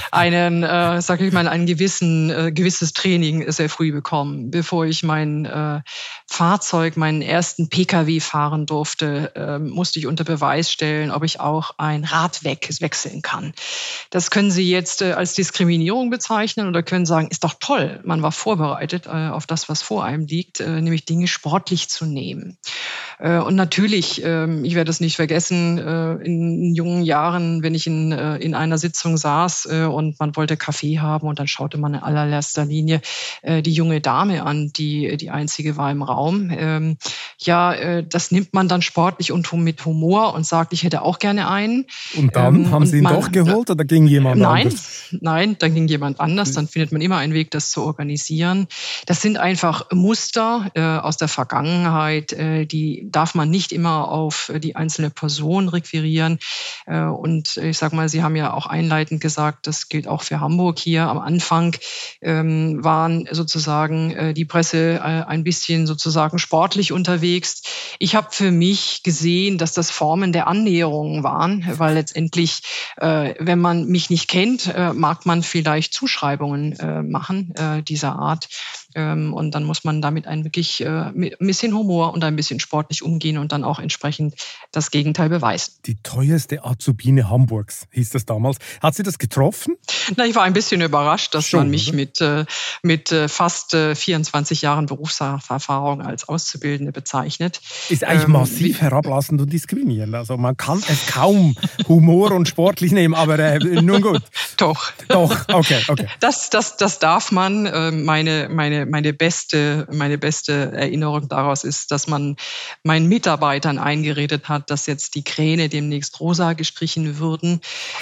ein gewisses Training sehr früh bekommen. Bevor ich mein Fahrzeug, meinen ersten PKW fahren durfte, musste ich unter Beweis stellen, ob ich auch ein Rad wechseln kann. Das können Sie jetzt als Diskriminierung bezeichnen oder können sagen, ist doch toll. Man war vorbereitet auf das, was vor einem liegt, nämlich Dinge sportlich zu nehmen. Und natürlich, ich werde es nicht vergessen, in jungen Jahren, wenn ich in einer Sitzung saß und man wollte Kaffee haben und dann schaute man in allererster Linie die junge Dame an, die einzige war im Raum. Das nimmt man dann sportlich und mit Humor und sagt, ich hätte auch gerne einen. Und dann haben Sie ihn doch geholt oder ging jemand anders? Nein, dann ging jemand anders. Dann findet man immer einen Weg, das zu organisieren. Das sind einfach Muster aus der Vergangenheit, die darf man nicht immer auf die einzelne Person requirieren. Und ich sage mal, Sie haben ja auch einleitend gesagt, das gilt auch für Hamburg hier. Am Anfang waren sozusagen die Presse ein bisschen sozusagen sportlich unterwegs. Ich habe für mich gesehen, dass das Formen der Annäherung waren, weil letztendlich, wenn man mich nicht kennt, mag man vielleicht Zuschreibungen machen dieser Art. Und dann muss man damit wirklich mit ein bisschen Humor und ein bisschen sportlich umgehen und dann auch entsprechend das Gegenteil beweisen. Die teuerste Azubine Hamburgs hieß das damals. Hat sie das getroffen? Na, ich war ein bisschen überrascht, dass man mich mit fast 24 Jahren Berufserfahrung als Auszubildende bezeichnet. Ist eigentlich massiv herablassend und diskriminierend. Also man kann es kaum Humor und sportlich nehmen, aber nun gut. Doch, okay. Das darf man. Meine beste Erinnerung daraus ist, dass man meinen Mitarbeitern eingeredet hat, dass jetzt die Kräne demnächst rosa gestrichen würden.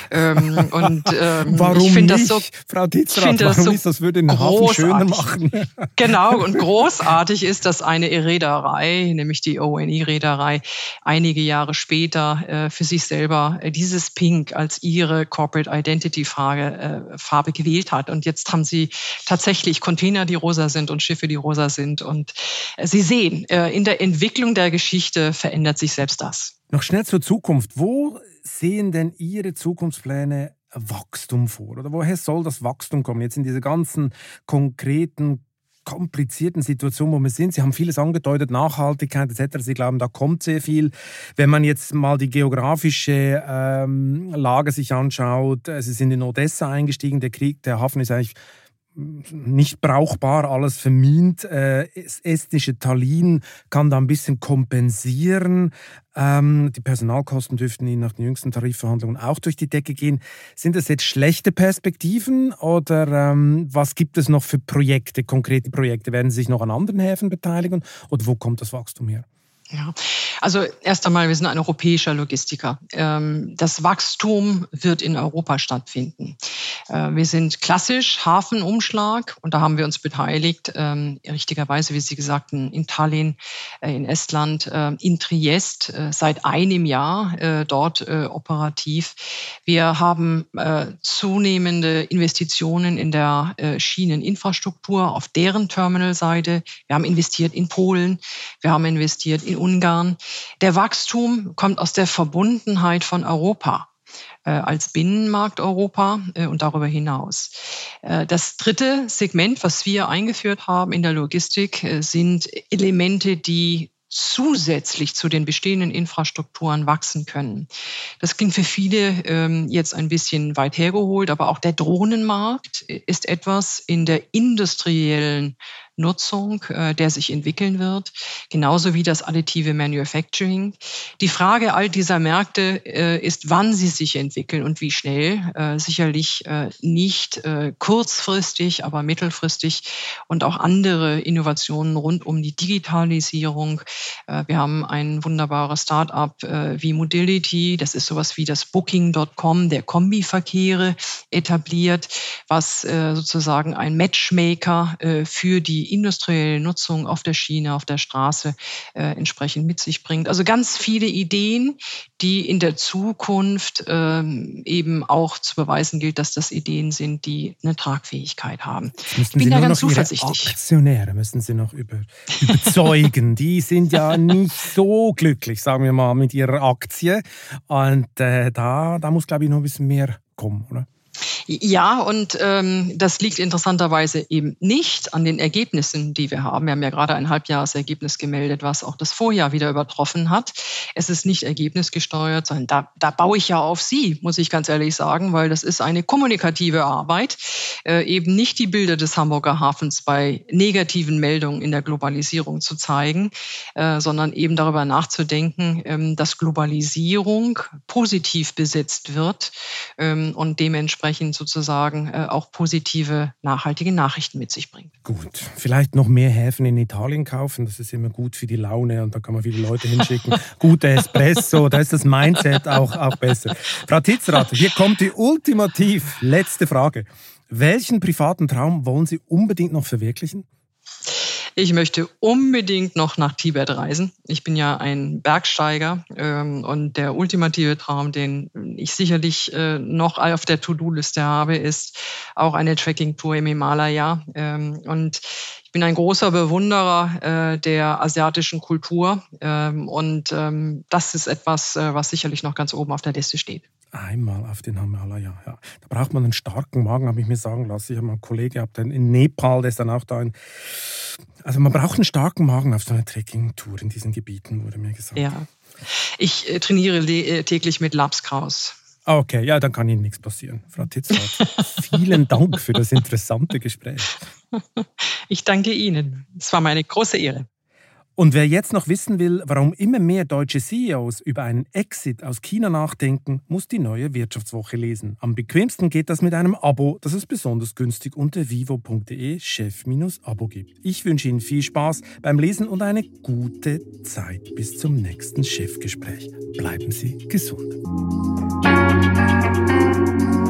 Warum ich finde nicht, das so, Frau Dietzrath, warum nicht? Das würde den Hafen schöner machen. Genau, und großartig ist, dass eine Reederei, nämlich die ONI-Reederei, einige Jahre später für sich selber dieses Pink als ihre Corporate Identity-Farbe gewählt hat. Und jetzt haben sie tatsächlich Container, die rosa sind und Schiffe, die rosa sind. Und Sie sehen, in der Entwicklung der Geschichte verändert sich selbst das. Noch schnell zur Zukunft. Wo sehen denn Ihre Zukunftspläne Wachstum vor? Oder woher soll das Wachstum kommen? Jetzt in dieser ganzen konkreten, komplizierten Situation, wo wir sind. Sie haben vieles angedeutet, Nachhaltigkeit etc. Sie glauben, da kommt sehr viel. Wenn man jetzt mal die geografische Lage sich anschaut, Sie sind in Odessa eingestiegen, der Hafen ist eigentlich nicht brauchbar, alles vermint. Das estnische Tallinn kann da ein bisschen kompensieren. Die Personalkosten dürften Ihnen nach den jüngsten Tarifverhandlungen auch durch die Decke gehen. Sind das jetzt schlechte Perspektiven oder was gibt es noch für Projekte, konkrete Projekte? Werden Sie sich noch an anderen Häfen beteiligen oder wo kommt das Wachstum her? Ja, also erst einmal, wir sind ein europäischer Logistiker. Das Wachstum wird in Europa stattfinden. Wir sind klassisch Hafenumschlag und da haben wir uns beteiligt, richtigerweise, wie Sie sagten, in Tallinn, in Estland, in Triest, seit einem Jahr dort operativ. Wir haben zunehmende Investitionen in der Schieneninfrastruktur auf deren Terminalseite. Wir haben investiert in Polen, wir haben investiert in Ungarn. Der Wachstum kommt aus der Verbundenheit von Europa als Binnenmarkt Europa und darüber hinaus. Das dritte Segment, was wir eingeführt haben in der Logistik, sind Elemente, die zusätzlich zu den bestehenden Infrastrukturen wachsen können. Das klingt für viele jetzt ein bisschen weit hergeholt, aber auch der Drohnenmarkt ist etwas in der industriellen Nutzung, der sich entwickeln wird, genauso wie das additive Manufacturing. Die Frage all dieser Märkte ist, wann sie sich entwickeln und wie schnell. Sicherlich nicht kurzfristig, aber mittelfristig und auch andere Innovationen rund um die Digitalisierung. Wir haben ein wunderbares Start-up wie Modility, das ist sowas wie das Booking.com der Kombiverkehre etabliert, was sozusagen ein Matchmaker für die industrielle Nutzung auf der Schiene, auf der Straße entsprechend mit sich bringt. Also ganz viele Ideen, die in der Zukunft eben auch zu beweisen gilt, dass das Ideen sind, die eine Tragfähigkeit haben. Ich bin da ganz zuversichtlich. Aktionäre müssen Sie noch überzeugen. Die sind ja nicht so glücklich, sagen wir mal, mit ihrer Aktie. Und da muss, glaube ich, noch ein bisschen mehr kommen, oder? Ja, und das liegt interessanterweise eben nicht an den Ergebnissen, die wir haben. Wir haben ja gerade ein Halbjahresergebnis gemeldet, was auch das Vorjahr wieder übertroffen hat. Es ist nicht ergebnisgesteuert, sondern da baue ich ja auf Sie, muss ich ganz ehrlich sagen, weil das ist eine kommunikative Arbeit. Eben nicht die Bilder des Hamburger Hafens bei negativen Meldungen in der Globalisierung zu zeigen, sondern eben darüber nachzudenken, dass Globalisierung positiv besetzt wird und dementsprechend sozusagen auch positive, nachhaltige Nachrichten mit sich bringt. Gut, vielleicht noch mehr Häfen in Italien kaufen, das ist immer gut für die Laune und da kann man viele Leute hinschicken. Gute Espresso, da ist das Mindset auch besser. Frau Titzrath, hier kommt die ultimativ letzte Frage. Welchen privaten Traum wollen Sie unbedingt noch verwirklichen? Ich möchte unbedingt noch nach Tibet reisen. Ich bin ja ein Bergsteiger und der ultimative Traum, den ich sicherlich noch auf der To-Do-Liste habe, ist auch eine Trekking-Tour im Himalaya. Und ich bin ein großer Bewunderer der asiatischen Kultur und das ist etwas, was sicherlich noch ganz oben auf der Liste steht. Einmal auf den Himalaya, ja. Da braucht man einen starken Magen, habe ich mir sagen lassen. Ich habe mal einen Kollegen gehabt in Nepal, der ist dann auch da also man braucht einen starken Magen auf so einer Trekking-Tour in diesen Gebieten, wurde mir gesagt. Ja, ich trainiere täglich mit Labskraus. Okay, ja, dann kann Ihnen nichts passieren. Frau Titzrath, vielen Dank für das interessante Gespräch. Ich danke Ihnen. Es war mir eine große Ehre. Und wer jetzt noch wissen will, warum immer mehr deutsche CEOs über einen Exit aus China nachdenken, muss die neue Wirtschaftswoche lesen. Am bequemsten geht das mit einem Abo, das es besonders günstig unter vivo.de/Chef-Abo gibt. Ich wünsche Ihnen viel Spaß beim Lesen und eine gute Zeit bis zum nächsten Chefgespräch. Bleiben Sie gesund.